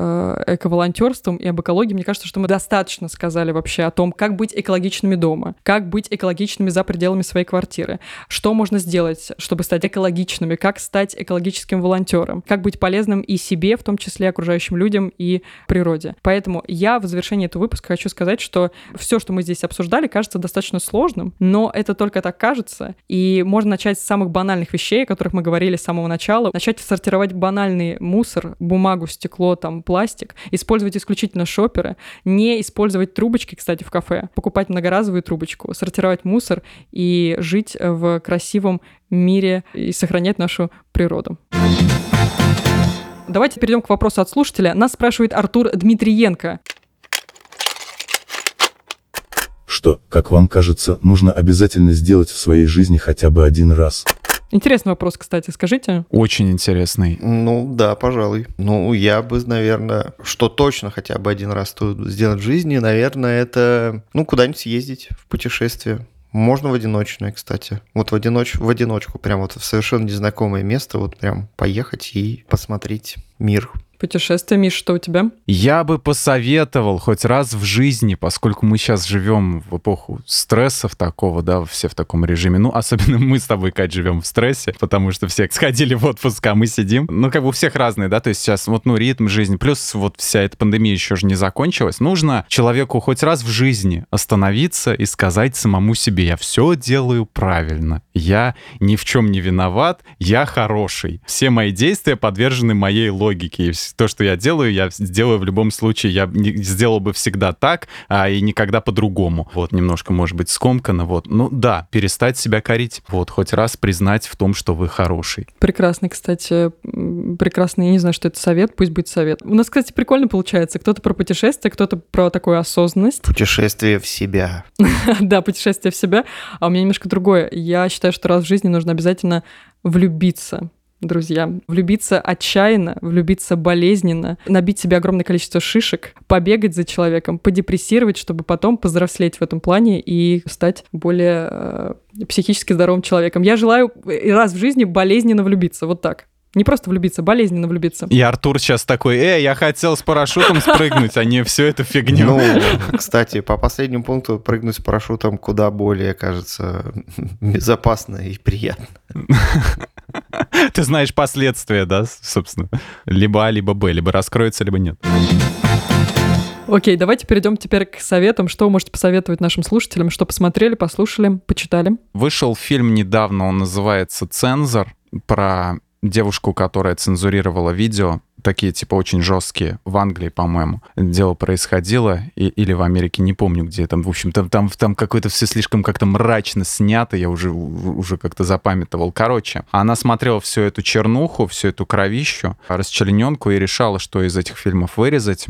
э, эко-волонтерством и об экологии. Мне кажется, что мы достаточно сказали вообще о том, как быть экологичными дома, как быть экологичными за пределами своей квартиры, что можно сделать, чтобы стать экологичными, как стать экологическим волонтером, как быть полезным и себе, в том числе окружающим людям и природе. Поэтому я в завершении этого выпуска хочу сказать, что все, что мы здесь обсуждали, кажется достаточно сложным, но это только так кажется, и можно начать с самых банальных вещей, о которых мы говорили с самого начала, начать сортировать банальный мусор, бумагу, стекло, там, пластик, использовать исключительно шоперы, не использовать трубочки, кстати, в кафе, покупать многоразовую трубочку, сортировать мусор и жить в красивом мире и сохранять нашу природу. Давайте перейдем к вопросу от слушателя. Нас спрашивает Артур Дмитриенко. Что, как вам кажется, нужно обязательно сделать в своей жизни хотя бы один раз? Интересный вопрос, кстати, скажите. Очень интересный. Ну, да, пожалуй. Ну, я бы, наверное, что точно хотя бы один раз стоит сделать в жизни, наверное, это, ну, куда-нибудь съездить в путешествие. Можно в одиночное, кстати. Вот в, одиноч... в одиночку, прям вот в совершенно незнакомое место, вот прям поехать и посмотреть мир. Путешествие, Миш, что у тебя? Я бы посоветовал хоть раз в жизни, поскольку мы сейчас живем в эпоху стрессов такого, да, все в таком режиме. Ну, особенно мы с тобой, Кать, живем в стрессе, потому что все сходили в отпуск, а мы сидим. Ну, как бы у всех разные, да, то есть сейчас вот, ну, ритм жизни, плюс вот вся эта пандемия еще же не закончилась. Нужно человеку хоть раз в жизни остановиться и сказать самому себе: я все делаю правильно, я ни в чем не виноват, я хороший. Все мои действия подвержены моей логике, и то, что я делаю, я сделаю в любом случае, я сделал бы всегда так, а и никогда по-другому. Вот, немножко, может быть, скомканно, вот. Ну да, перестать себя корить, вот, хоть раз признать в том, что вы хороший. Прекрасный, кстати, прекрасный, я не знаю, что это совет, пусть будет совет. У нас, кстати, прикольно получается, кто-то про путешествие, кто-то про такую осознанность. Путешествие в себя. Да, путешествие в себя, а у меня немножко другое. Я считаю, что раз в жизни нужно обязательно влюбиться. Друзья, влюбиться отчаянно, влюбиться болезненно, набить себе огромное количество шишек, побегать за человеком, подепрессировать, чтобы потом повзрослеть в этом плане и стать более э, психически здоровым человеком. Я желаю раз в жизни болезненно влюбиться, вот так. Не просто влюбиться, болезненно влюбиться. И Артур сейчас такой: эй, я хотел с парашютом спрыгнуть, а не все это фигня. Ну, кстати, по последнему пункту прыгнуть с парашютом куда более, кажется, безопасно и приятно. Ты знаешь последствия, да, собственно? Либо А, либо Б, либо раскроется, либо нет. Окей, давайте перейдем теперь к советам. Что вы можете посоветовать нашим слушателям? Что посмотрели, послушали, почитали? Вышел фильм недавно, он называется «Цензор», про девушку, которая цензурировала видео, такие, типа, очень жесткие, в Англии, по-моему, дело происходило, и, или в Америке, не помню, где там, в общем, там, там, там какое-то все слишком как-то мрачно снято, я уже, уже как-то запамятовал. Короче, она смотрела всю эту чернуху, всю эту кровищу, расчлененку, и решала, что из этих фильмов вырезать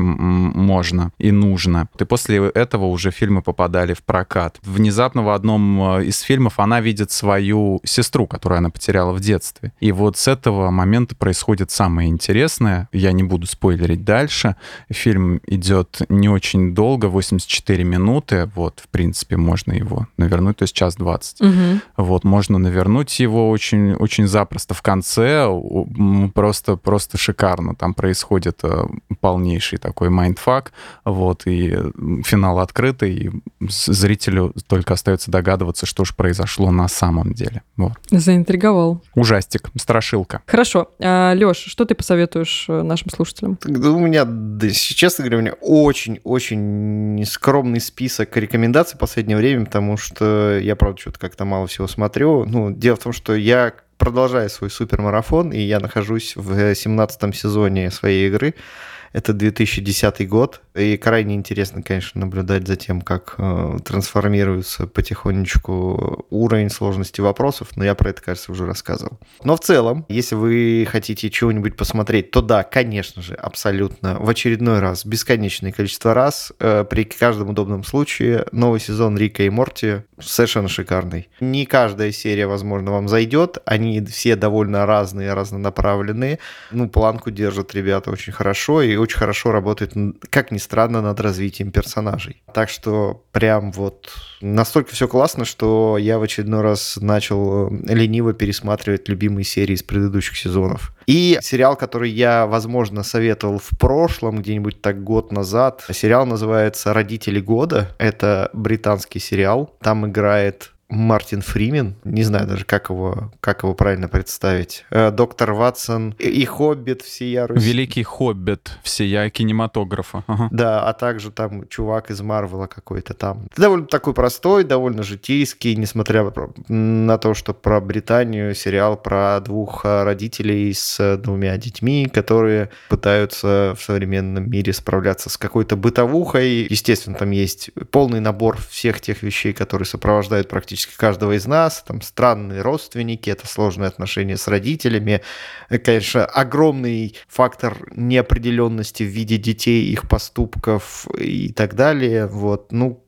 можно и нужно. И после этого уже фильмы попадали в прокат. Внезапно в одном из фильмов она видит свою сестру, которую она потеряла в детстве. И вот с этого момента происходит самое интересное. Я не буду спойлерить дальше. Фильм идет не очень долго, восемьдесят четыре минуты. Вот, в принципе, можно его навернуть, то есть час двадцать. Угу. Вот, можно навернуть его очень, очень запросто. В конце просто, просто шикарно. Там происходит полнейший такой майндфак. Вот, и финал открытый. И зрителю только остается догадываться, что же произошло на самом деле. Вот. Заинтриговал. Ужастик, страшилка. Хорошо. А, Лёш, что ты посоветуешь нашим слушателям? У меня, да, честно говоря, у меня очень-очень скромный список рекомендаций в последнее время, потому что я, правда, что-то как-то мало всего смотрю. Ну, дело в том, что я продолжаю свой супермарафон, и я нахожусь в семнадцатом сезоне своей игры. Это две тысячи десятый год, и крайне интересно, конечно, наблюдать за тем, как э, трансформируется потихонечку уровень сложности вопросов, но я про это, кажется, уже рассказывал. Но в целом, если вы хотите чего-нибудь посмотреть, то да, конечно же, абсолютно, в очередной раз, бесконечное количество раз, э, при каждом удобном случае, новый сезон Рика и Морти совершенно шикарный. Не каждая серия, возможно, вам зайдет, они все довольно разные, разнонаправленные, ну, планку держат ребята очень хорошо, и очень хорошо работает, как ни странно, над развитием персонажей. Так что прям вот настолько все классно, что я в очередной раз начал лениво пересматривать любимые серии из предыдущих сезонов. И сериал, который я, возможно, советовал в прошлом, где-нибудь так год назад, сериал называется «Родители года». Это британский сериал. Там играет Мартин Фримен, не знаю даже, как его, как его правильно представить. Доктор Ватсон и Хоббит всея Руси. Великий Хоббит всея кинематографа. Ага. Да, а также там чувак из Марвела какой-то там. Довольно такой простой, довольно житейский, несмотря на то, что про Британию сериал про двух родителей с двумя детьми, которые пытаются в современном мире справляться с какой-то бытовухой. Естественно, там есть полный набор всех тех вещей, которые сопровождают практически каждого из нас, там странные родственники, это сложные отношения с родителями, конечно, огромный фактор неопределенности в виде детей, их поступков и так далее, вот, ну,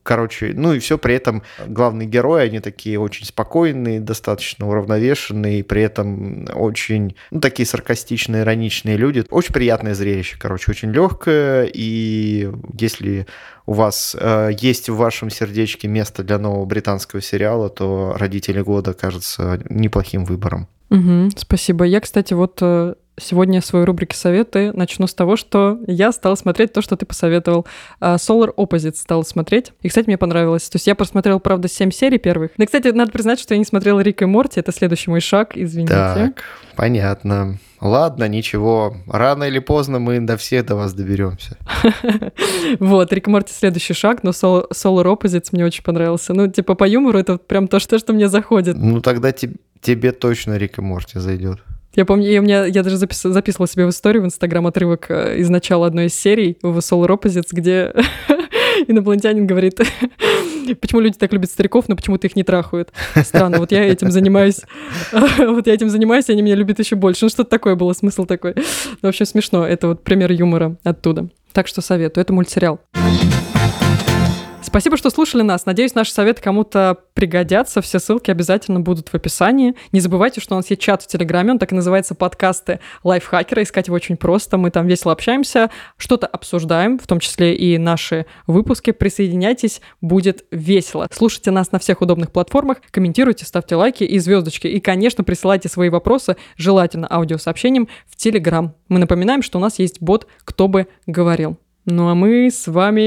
короче, ну и все при этом главные герои, они такие очень спокойные, достаточно уравновешенные, при этом очень, ну, такие саркастичные, ироничные люди. Очень приятное зрелище, короче, очень легкое, и если у вас э, есть в вашем сердечке место для нового британского сериала, то «Родители года» кажется неплохим выбором. Угу, спасибо. Я, кстати, вот сегодня в своей рубрике «Советы» начну с того, что я стала смотреть то, что ты посоветовал. Solar Opposites стала смотреть. И, кстати, мне понравилось. То есть я просмотрела, правда, семь серий первых. Но, кстати, надо признать, что я не смотрела «Рик и Морти». Это следующий мой шаг, извините. Так, понятно. Ладно, ничего. Рано или поздно мы до всех до вас доберемся. Вот, «Рик и Морти» следующий шаг, но Solar Opposites мне очень понравился. Ну, типа, по юмору это прям то, что мне заходит. Ну, тогда тебе точно «Рик и Морти» зайдет. Я помню, я, у меня, я даже запис, записывала себе в историю в Инстаграм отрывок из начала одной из серий в Solar Opposites, где инопланетянин говорит, почему люди так любят стариков, но почему-то их не трахают. Странно, вот я этим занимаюсь, вот я этим занимаюсь, и они меня любят еще больше. Ну, что-то такое было, смысл такой. В общем, смешно. Это вот пример юмора оттуда. Так что советую. Это мультсериал. Спасибо, что слушали нас. Надеюсь, наши советы кому-то пригодятся. Все ссылки обязательно будут в описании. Не забывайте, что у нас есть чат в Телеграме, он так и называется «Подкасты Лайфхакера». Искать его очень просто. Мы там весело общаемся, что-то обсуждаем, в том числе и наши выпуски. Присоединяйтесь, будет весело. Слушайте нас на всех удобных платформах, комментируйте, ставьте лайки и звездочки. И, конечно, присылайте свои вопросы, желательно аудиосообщением, в Телеграм. Мы напоминаем, что у нас есть бот «Кто бы говорил». Ну а мы с вами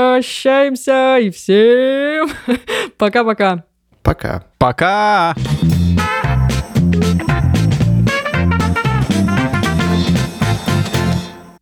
прощаемся и всем пока-пока. Пока. Пока!